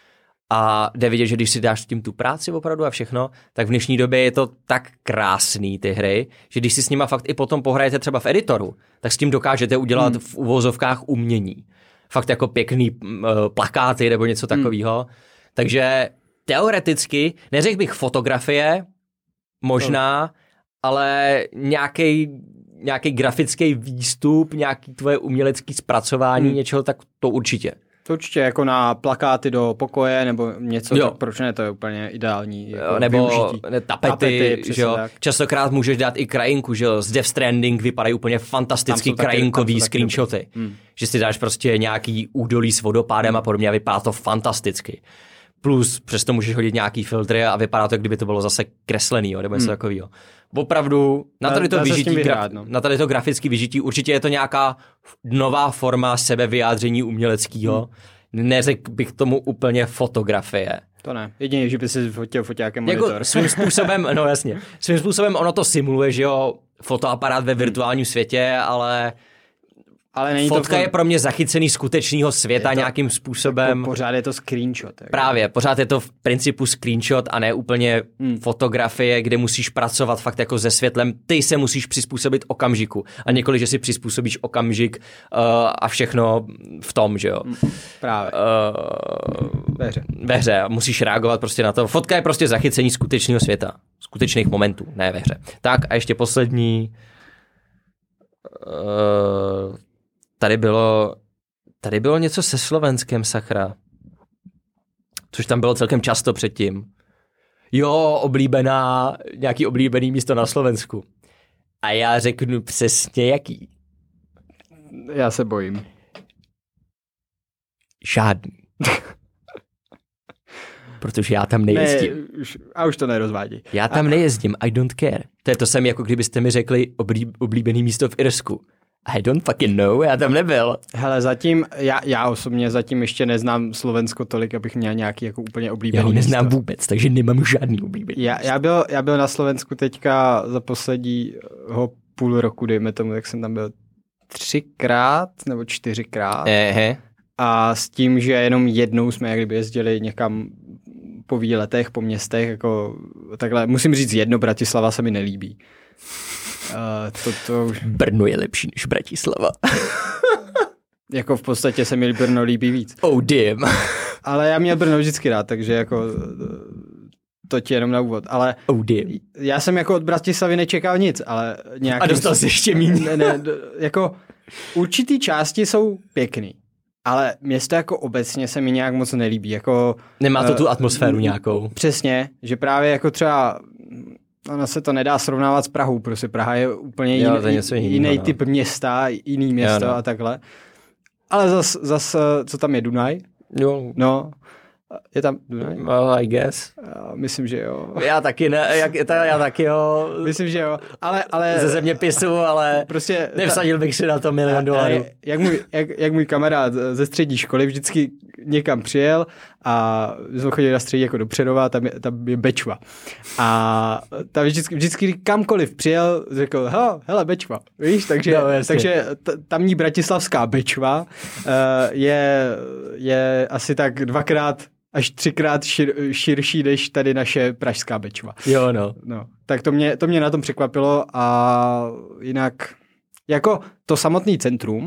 A jde vidět, že když si dáš tím tu práci opravdu a všechno, tak v dnešní době je to tak krásný ty hry, že když si s nima fakt i potom pohrajete třeba v editoru, tak s tím dokážete udělat hmm. v uvozovkách umění. Fakt jako pěkný uh, plakáty nebo něco takového. Hmm. Takže teoreticky, neřekl bych fotografie, možná, to. ale nějaký nějaký grafický výstup, nějaký tvoje umělecké zpracování hmm. něčeho, tak to určitě. To určitě jako na plakáty do pokoje nebo něco, jo. Tak proč ne, to je úplně ideální jako nebo využití. Ne, tapety, tapety že jo. Tak. Častokrát můžeš dát i krajinku, že jo. Z Death Stranding vypadají úplně fantastický krajinkový screenshoty. Hmm. Že si dáš prostě nějaký údolí s vodopádem hmm. a podobně a vypadá to fantasticky. Plus přesto můžeš hodit nějaký filtry a vypadá to, kdyby to bylo zase kreslený, jo, nebo něco hmm. takového. Opravdu, na tady to vyžití, vyhrát, no. na tady to grafické vyžití, určitě je to nějaká nová forma sebevyjádření uměleckého. Hmm. Neřekl bych tomu úplně fotografie. To ne. Jedině, že by si fotil foťákem jako monitor. Svým způsobem, no jasně, svým způsobem ono to simuluje, že jo, fotoaparát ve virtuálním světě, ale... Ale není fotka to v... je pro mě zachycený skutečného světa to, nějakým způsobem. Jako pořád je to screenshot. Jako. Právě, pořád je to v principu screenshot a ne úplně hmm. fotografie, kde musíš pracovat fakt jako se světlem. Ty se musíš přizpůsobit okamžiku. A nikoli, že si přizpůsobíš okamžik uh, a všechno v tom, že jo. Hmm. Právě. Uh, ve hře. Ve hře. Musíš reagovat prostě na to. Fotka je prostě zachycení skutečného světa. Skutečných momentů, ne ve hře. Tak a ještě poslední... Uh, Tady bylo, tady bylo něco se Slovenskem, sakra. Což tam bylo celkem často předtím. Jo, oblíbená, nějaký oblíbený místo na Slovensku. A já řeknu přesně jaký. Já se bojím. Žádný. Protože já tam nejezdím. Ne, už, a už to nerozvádí. Já tam a... nejezdím, I don't care. To je to samé, jako kdybyste mi řekli oblí, oblíbený místo v Irsku. I don't fucking know, já tam nebyl. Hele, zatím, já, já osobně zatím ještě neznám Slovensko tolik, abych měl nějaký jako úplně oblíbený Já ho neznám místo. vůbec, takže nemám žádný oblíbený já, já, byl, já byl na Slovensku teďka za posledního půl roku, dejme tomu, tak jsem tam byl třikrát nebo čtyřikrát. Ehe. A s tím, že jenom jednou jsme jak kdyby jezdili někam po výletech, po městech, jako takhle. Musím říct jedno, Bratislava se mi nelíbí. Uh, to, to už... Brno je lepší než Bratislava. Jako v podstatě se mi Brno líbí víc. Oh damn. Ale já měl Brno vždycky rád, takže jako to ti jenom na úvod. Ale oh damn. Já jsem jako od Bratislavy nečekal nic, ale nějakým... A dostal jsi ještě míň. Ne, ne, jako určitý části jsou pěkný, ale město jako obecně se mi nějak moc nelíbí. Jako, Nemá to tu uh, atmosféru nějakou. Přesně, že právě jako třeba... Ono se to nedá srovnávat s Prahou, prostě Praha je úplně jo, jiný, jiný, jiný no. typ města, jiný město jo, no. a takhle. Ale zas, zas, co tam je, Dunaj? Jo. No, je tam Dunaj? Well, I guess. Já myslím, že jo. Já taky ne, jak, ta, já taky jo. Myslím, že jo, ale... ale ze zeměpisu, ale prostě nevsadil bych si na to milion dolarů. Jak můj, jak, jak můj kamarád ze střední školy vždycky někam přijel a jsme chodili na střední jako do Přerova, tam je, tam je Bečva. A tam vždycky, vždycky kamkoliv přijel, řekl, hele, hele Bečva, víš, takže, no, takže t- tamní bratislavská Bečva uh, je, je asi tak dvakrát až třikrát šir, širší než tady naše pražská Bečva. Jo, no. no. Tak to mě, to mě na tom překvapilo a jinak jako to samotné centrum,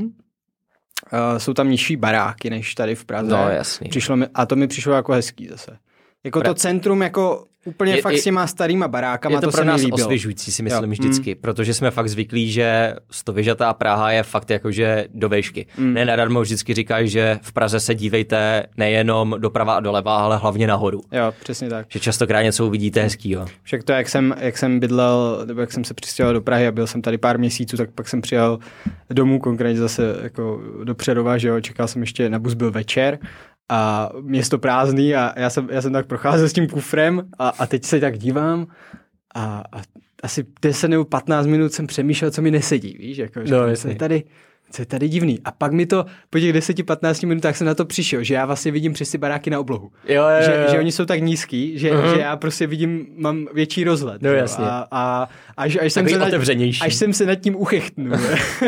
uh, jsou tam nižší baráky než tady v Praze. No, jasný. Přišlo mi, a to mi přišlo jako hezký zase. Jako pra... to centrum jako úplně je, fakt je, s těma starýma barákama, je to, to pro se nás mi líbilo. osvěžující, si myslím, jo. vždycky, mm. protože jsme fakt zvyklí, že stověžatá Praha je fakt jakože do výšky. Mm. Ne nadarmo vždycky říkají, že v Praze se dívejte nejenom doprava a doleva, ale hlavně nahoru. Jo, přesně tak. Že častokrát něco uvidíte hezkýho. Však to, jak jsem, jak jsem bydlel, nebo jak jsem se přistěhoval do Prahy a byl jsem tady pár měsíců, tak pak jsem přijel domů, konkrétně zase jako do Přerova, že jo, čekal jsem ještě, na bus byl večer, a město prázdný a já jsem, já jsem tak procházel s tím kufrem a, a teď se tak dívám a, a asi deset nebo patnáct minut jsem přemýšlel, co mi nesedí, víš, jako, že no, co je tady, co je tady divný. A pak mi to po těch deseti patnácti minutách jsem na to přišel, že já vlastně vidím přes ty baráky na oblohu. Jo, jo, jo. Že, že oni jsou tak nízký, že, uh-huh. že já prostě vidím, mám větší rozhled. No, jasně. A, a až, až, jsem se nad, až jsem se nad tím uchechtnul,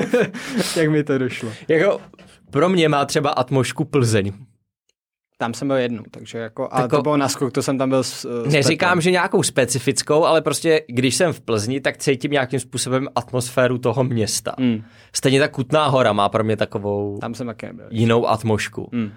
jak mi to došlo. Jako pro mě má třeba atmosféru Plzeň. Tam jsem byl jednou, takže jako, ale Tako, to bylo naskok, to jsem tam byl s, s Neříkám, Petrem. že nějakou specifickou, ale prostě, když jsem v Plzni, tak cítím nějakým způsobem atmosféru toho města. Mm. Stejně tak Kutná Hora má pro mě takovou tam jsem také nebyl. jinou atmosféru. Mm.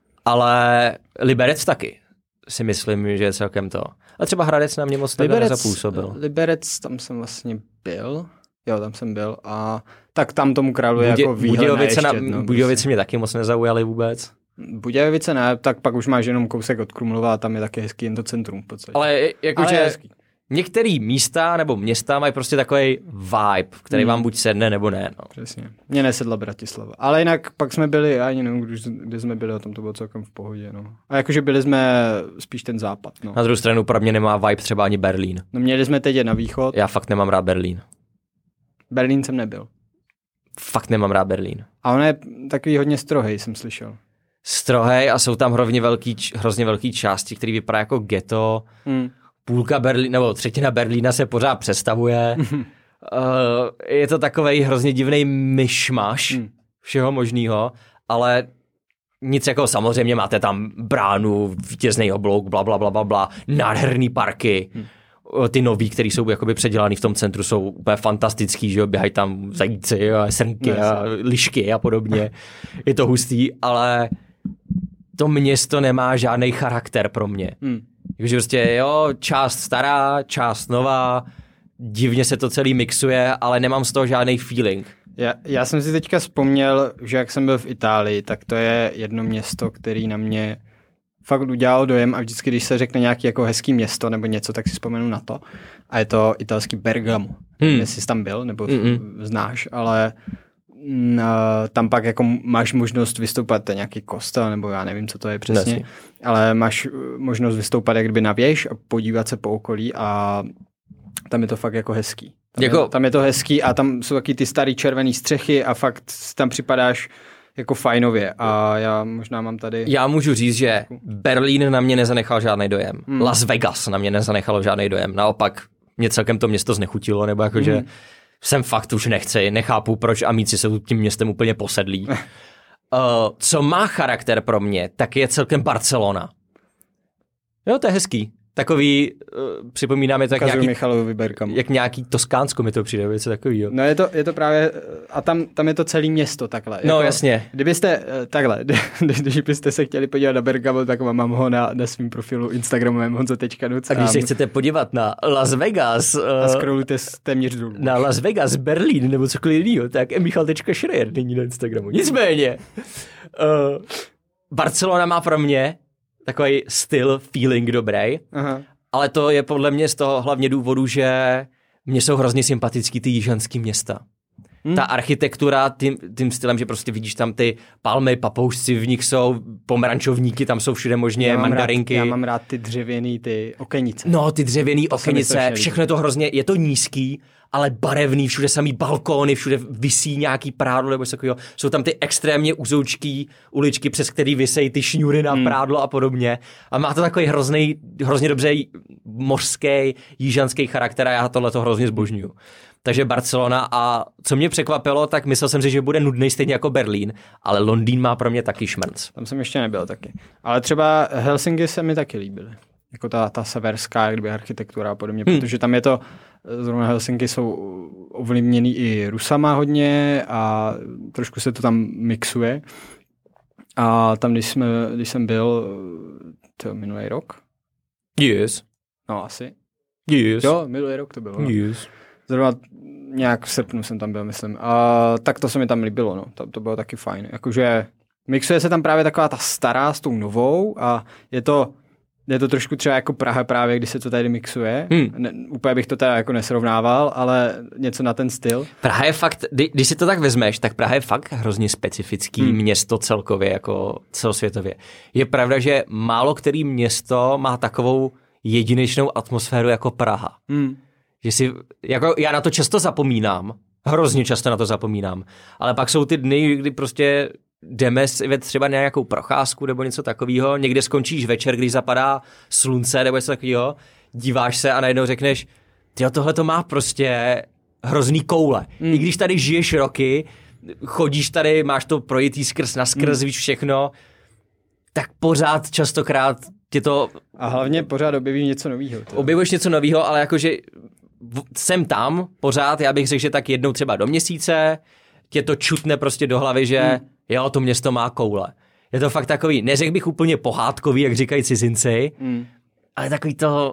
Ale Liberec taky si myslím, že je celkem to. A třeba Hradec na mě moc Liberec, nezapůsobil. Liberec, tam jsem vlastně byl. Jo, tam jsem byl a tak tam tomu králuje Budě, jako výhled Budějovice, na, no, Budějovice mě taky moc nezaujaly vůbec. Budějovice ne, tak pak už máš jenom kousek od Krumlova a tam je taky hezký jen to centrum v podstatě. Ale jakože některý místa nebo města mají prostě takový vibe, který hmm. vám buď sedne nebo ne. No. Přesně. Mně nesedla Bratislava. Ale jinak pak jsme byli, já ani nevím, kde jsme byli, a tam to bylo celkem v pohodě. No. A jakože byli jsme spíš ten západ. No. Na druhou stranu pro mě nemá vibe třeba ani Berlín. No měli jsme teď na východ. Já fakt nemám rád Berlín. Berlín jsem nebyl. Fakt nemám rád Berlín. A on je takový hodně strohej, jsem slyšel. Strohej a jsou tam hrozně velký, hrozně velký části, které vypadá jako ghetto. Hmm. Půlka Berlína, nebo třetina Berlína se pořád přestavuje. uh, je to takovej hrozně divnej myšmaš hmm. všeho možného, ale nic jako samozřejmě máte tam bránu, vítězný oblouk, bla, bla, bla, bla, bla, nádherný parky. Hmm. Ty nový, které jsou jakoby předělaný v tom centru, jsou úplně fantastický, že jo, běhají tam zajíci a srnky no, a lišky a podobně. Je to hustý, ale to město nemá žádný charakter pro mě. Hmm. Takže prostě jo, část stará, část nová, divně se to celý mixuje, ale nemám z toho žádný feeling. Já, já jsem si teďka vzpomněl, že jak jsem byl v Itálii, tak to je jedno město, který na mě fakt udělal dojem a vždycky, když se řekne nějaký jako hezký město nebo něco, tak si vzpomenu na to. A je to italský Bergamo. Hmm. Jestli jsi tam byl, nebo Mm-mm. znáš, ale m, tam pak jako máš možnost vystoupat, to je nějaký kostel, nebo já nevím, co to je přesně, Nesi. ale máš možnost vystoupat jak kdyby na věž a podívat se po okolí a tam je to fakt jako hezký. Tam, jako... je, tam je to hezký a tam jsou taky ty starý červený střechy a fakt tam připadáš jako fajnově a já možná mám tady... Já můžu říct, že Berlín na mě nezanechal žádný dojem. Hmm. Las Vegas na mě nezanechalo žádný dojem. Naopak mě celkem to město znechutilo, nebo jakože hmm. jsem fakt už nechci, nechápu, proč amíci jsou tím městem úplně posedlí. uh, co má charakter pro mě, tak je celkem Barcelona. Jo, to je hezký. takový, uh, připomínáme to jak Ukazuju nějaký, Michalovi Bergamo. jak nějaký Toskánsko mi to přijde, něco takovýho. No je to, je to právě, a tam, tam je to celé město takhle. No jako, jasně. Kdybyste, takhle, když byste se chtěli podívat na Bergamo, tak mám ho na, na svým profilu Instagramovém honza tečka nuc. A když se chcete podívat na Las Vegas, uh, a scrollujte téměř dolů. Na Las Vegas, Berlín nebo cokoliv jiného, tak michal tečka schreier není na Instagramu. Nicméně, uh, Barcelona má pro mě takový styl, feeling dobrý, aha. Ale to je podle mě z toho hlavně důvodu, že mně jsou hrozně sympatický ty jižanský města. Hmm. Ta architektura tím, tím stylem, že prostě vidíš tam ty palmy, papoušci, v nich jsou pomerančovníky, tam jsou všude možně já mandarinky. Rád, já mám rád ty dřevěný, ty okenice. No, ty dřevěný to okenice, všechno je to hrozně, je to nízký, ale barevný, všude samý balkóny, všude visí nějaký prádlo nebo takového. Jsou tam ty extrémně uzoučký uličky, přes který visejí ty šňůry na hmm. prádlo a podobně. A má to takový hrozný, hrozně dobře mořský, jižanský charakter a já tohle to hrozně zbožňuju. Takže Barcelona a co mě překvapilo, tak myslel jsem si, že bude nudný stejně jako Berlín, ale Londýn má pro mě taky šmrnc. Tam jsem ještě nebyl taky. Ale třeba Helsinki se mi taky líbily. Jako ta, ta severská, jak kdyby architektura a podobně, hmm. protože tam je to, zrovna Helsinki jsou ovlivněný i Rusama hodně a trošku se to tam mixuje. A tam, když, jsme, když jsem byl to minulý rok. Yes. No asi. Yes. Jo, minulý rok to bylo. Yes. Zrovna nějak v srpnu jsem tam byl, myslím. A tak to se mi tam líbilo, no. To, to bylo taky fajn. Jakože mixuje se tam právě taková ta stará s tou novou a je to, je to trošku třeba jako Praha právě, když se to tady mixuje. Hmm. Ne, úplně bych to teda jako nesrovnával, ale něco na ten styl. Praha je fakt, kdy, když si to tak vezmeš, tak Praha je fakt hrozně specifický hmm. město celkově, jako celosvětově. Je pravda, že málo který město má takovou jedinečnou atmosféru jako Praha. Hmm. Že si, jako já na to často zapomínám, hrozně často na to zapomínám, ale pak jsou ty dny, kdy prostě jdeme třeba na nějakou procházku nebo něco takového, někde skončíš večer, když zapadá slunce nebo něco takového, díváš se a najednou řekneš, tyjo, tohle to má prostě hrozný koule. Mm. I když tady žiješ roky, chodíš tady, máš to projitý skrz na skrz, mm. víš všechno, tak pořád častokrát tě to... A hlavně pořád objevíš něco nového. Objevuješ něco nového, ale jakože jsem tam pořád, já bych řekl, že tak jednou třeba do měsíce tě to čutne prostě do hlavy, že hmm. jo, to město má koule. Je to fakt takový, neřekl bych úplně pohádkový, jak říkají cizinci, hmm. ale takový to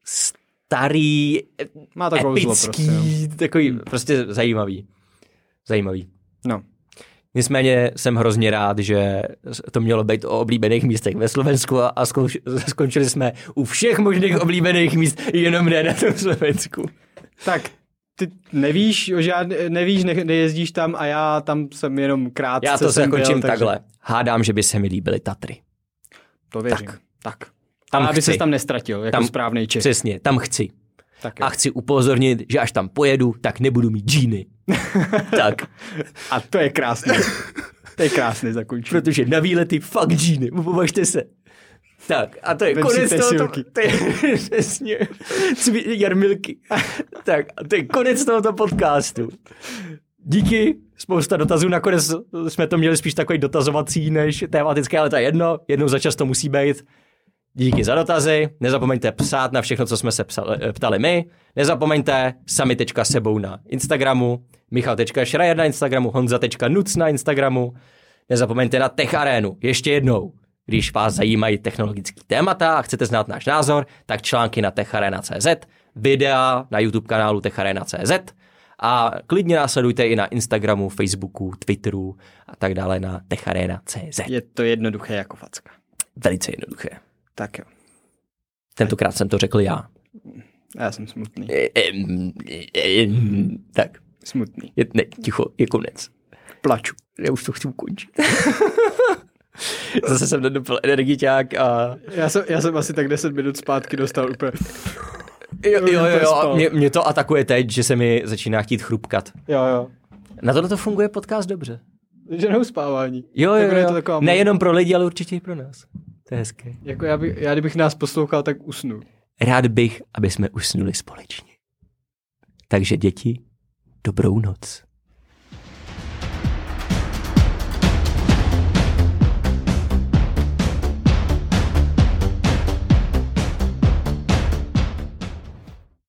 starý, má to epický, kouzlo prostě, takový hmm. prostě zajímavý. Zajímavý. No. Nicméně jsem hrozně rád, že to mělo být o oblíbených místech ve Slovensku a skončili jsme u všech možných oblíbených míst, jenom ne na tom Slovensku. Tak, ty nevíš, o žádný, nevíš, ne, nejezdíš tam a já tam jsem jenom krátce. Já to zakončím takže... takhle. Hádám, že by se mi líbily Tatry. To věřím. Tak. tak. Tam ale chci. aby ses tam nestratil, jako tam, správnej Čech. Přesně, tam chci. Tak a chci upozornit, že až tam pojedu, tak nebudu mít džíny. Tak. A to je krásný. To je krásný zakončení. Protože na výlety fakt džíny, považte se. Tak, a to je Vem konec tohoto... To je přesně. Jarmilky. Tak, a to je konec tohoto podcastu. Díky, spousta dotazů, nakonec jsme to měli spíš takový dotazovací než tematické, ale to je jedno, jednou za čas to musí být. Díky za dotazy, nezapomeňte psát na všechno, co jsme se psali, ptali my, nezapomeňte sami tečka sebou na Instagramu, michal tečka schreier na Instagramu, honza tečka nuc na Instagramu, nezapomeňte na Tech Arénu, ještě jednou, když vás zajímají technologické témata a chcete znát náš názor, tak články na tech arena tečka cé zet, videa na YouTube kanálu tech arena tečka cé zet a klidně nás sledujte i na Instagramu, Facebooku, Twitteru a tak dále na tech arena tečka cé zet. Je to jednoduché jako facka. Velice jednoduché. Tak jo. Tentokrát jsem to řekl já. Já jsem smutný. Tak. Smutný. Je, ne, ticho, je konec. Plaču. Já už to chci ukončit. Zase jsem nedopil energiťák a... Já jsem, já jsem asi tak deset minut zpátky dostal úplně... Jo, jo, jo, jo. Mě, mě to atakuje teď, že se mi začíná chtít chrupkat. Jo, jo. Na tohle to funguje podcast dobře. Že neuspávání. Jo, jo, jo. Je to nejenom pro lidi, ale určitě i pro nás. To je hezké. Jako já, by, já kdybych nás poslouchal, tak usnu. Rád bych, aby jsme usnuli společně. Takže děti, dobrou noc.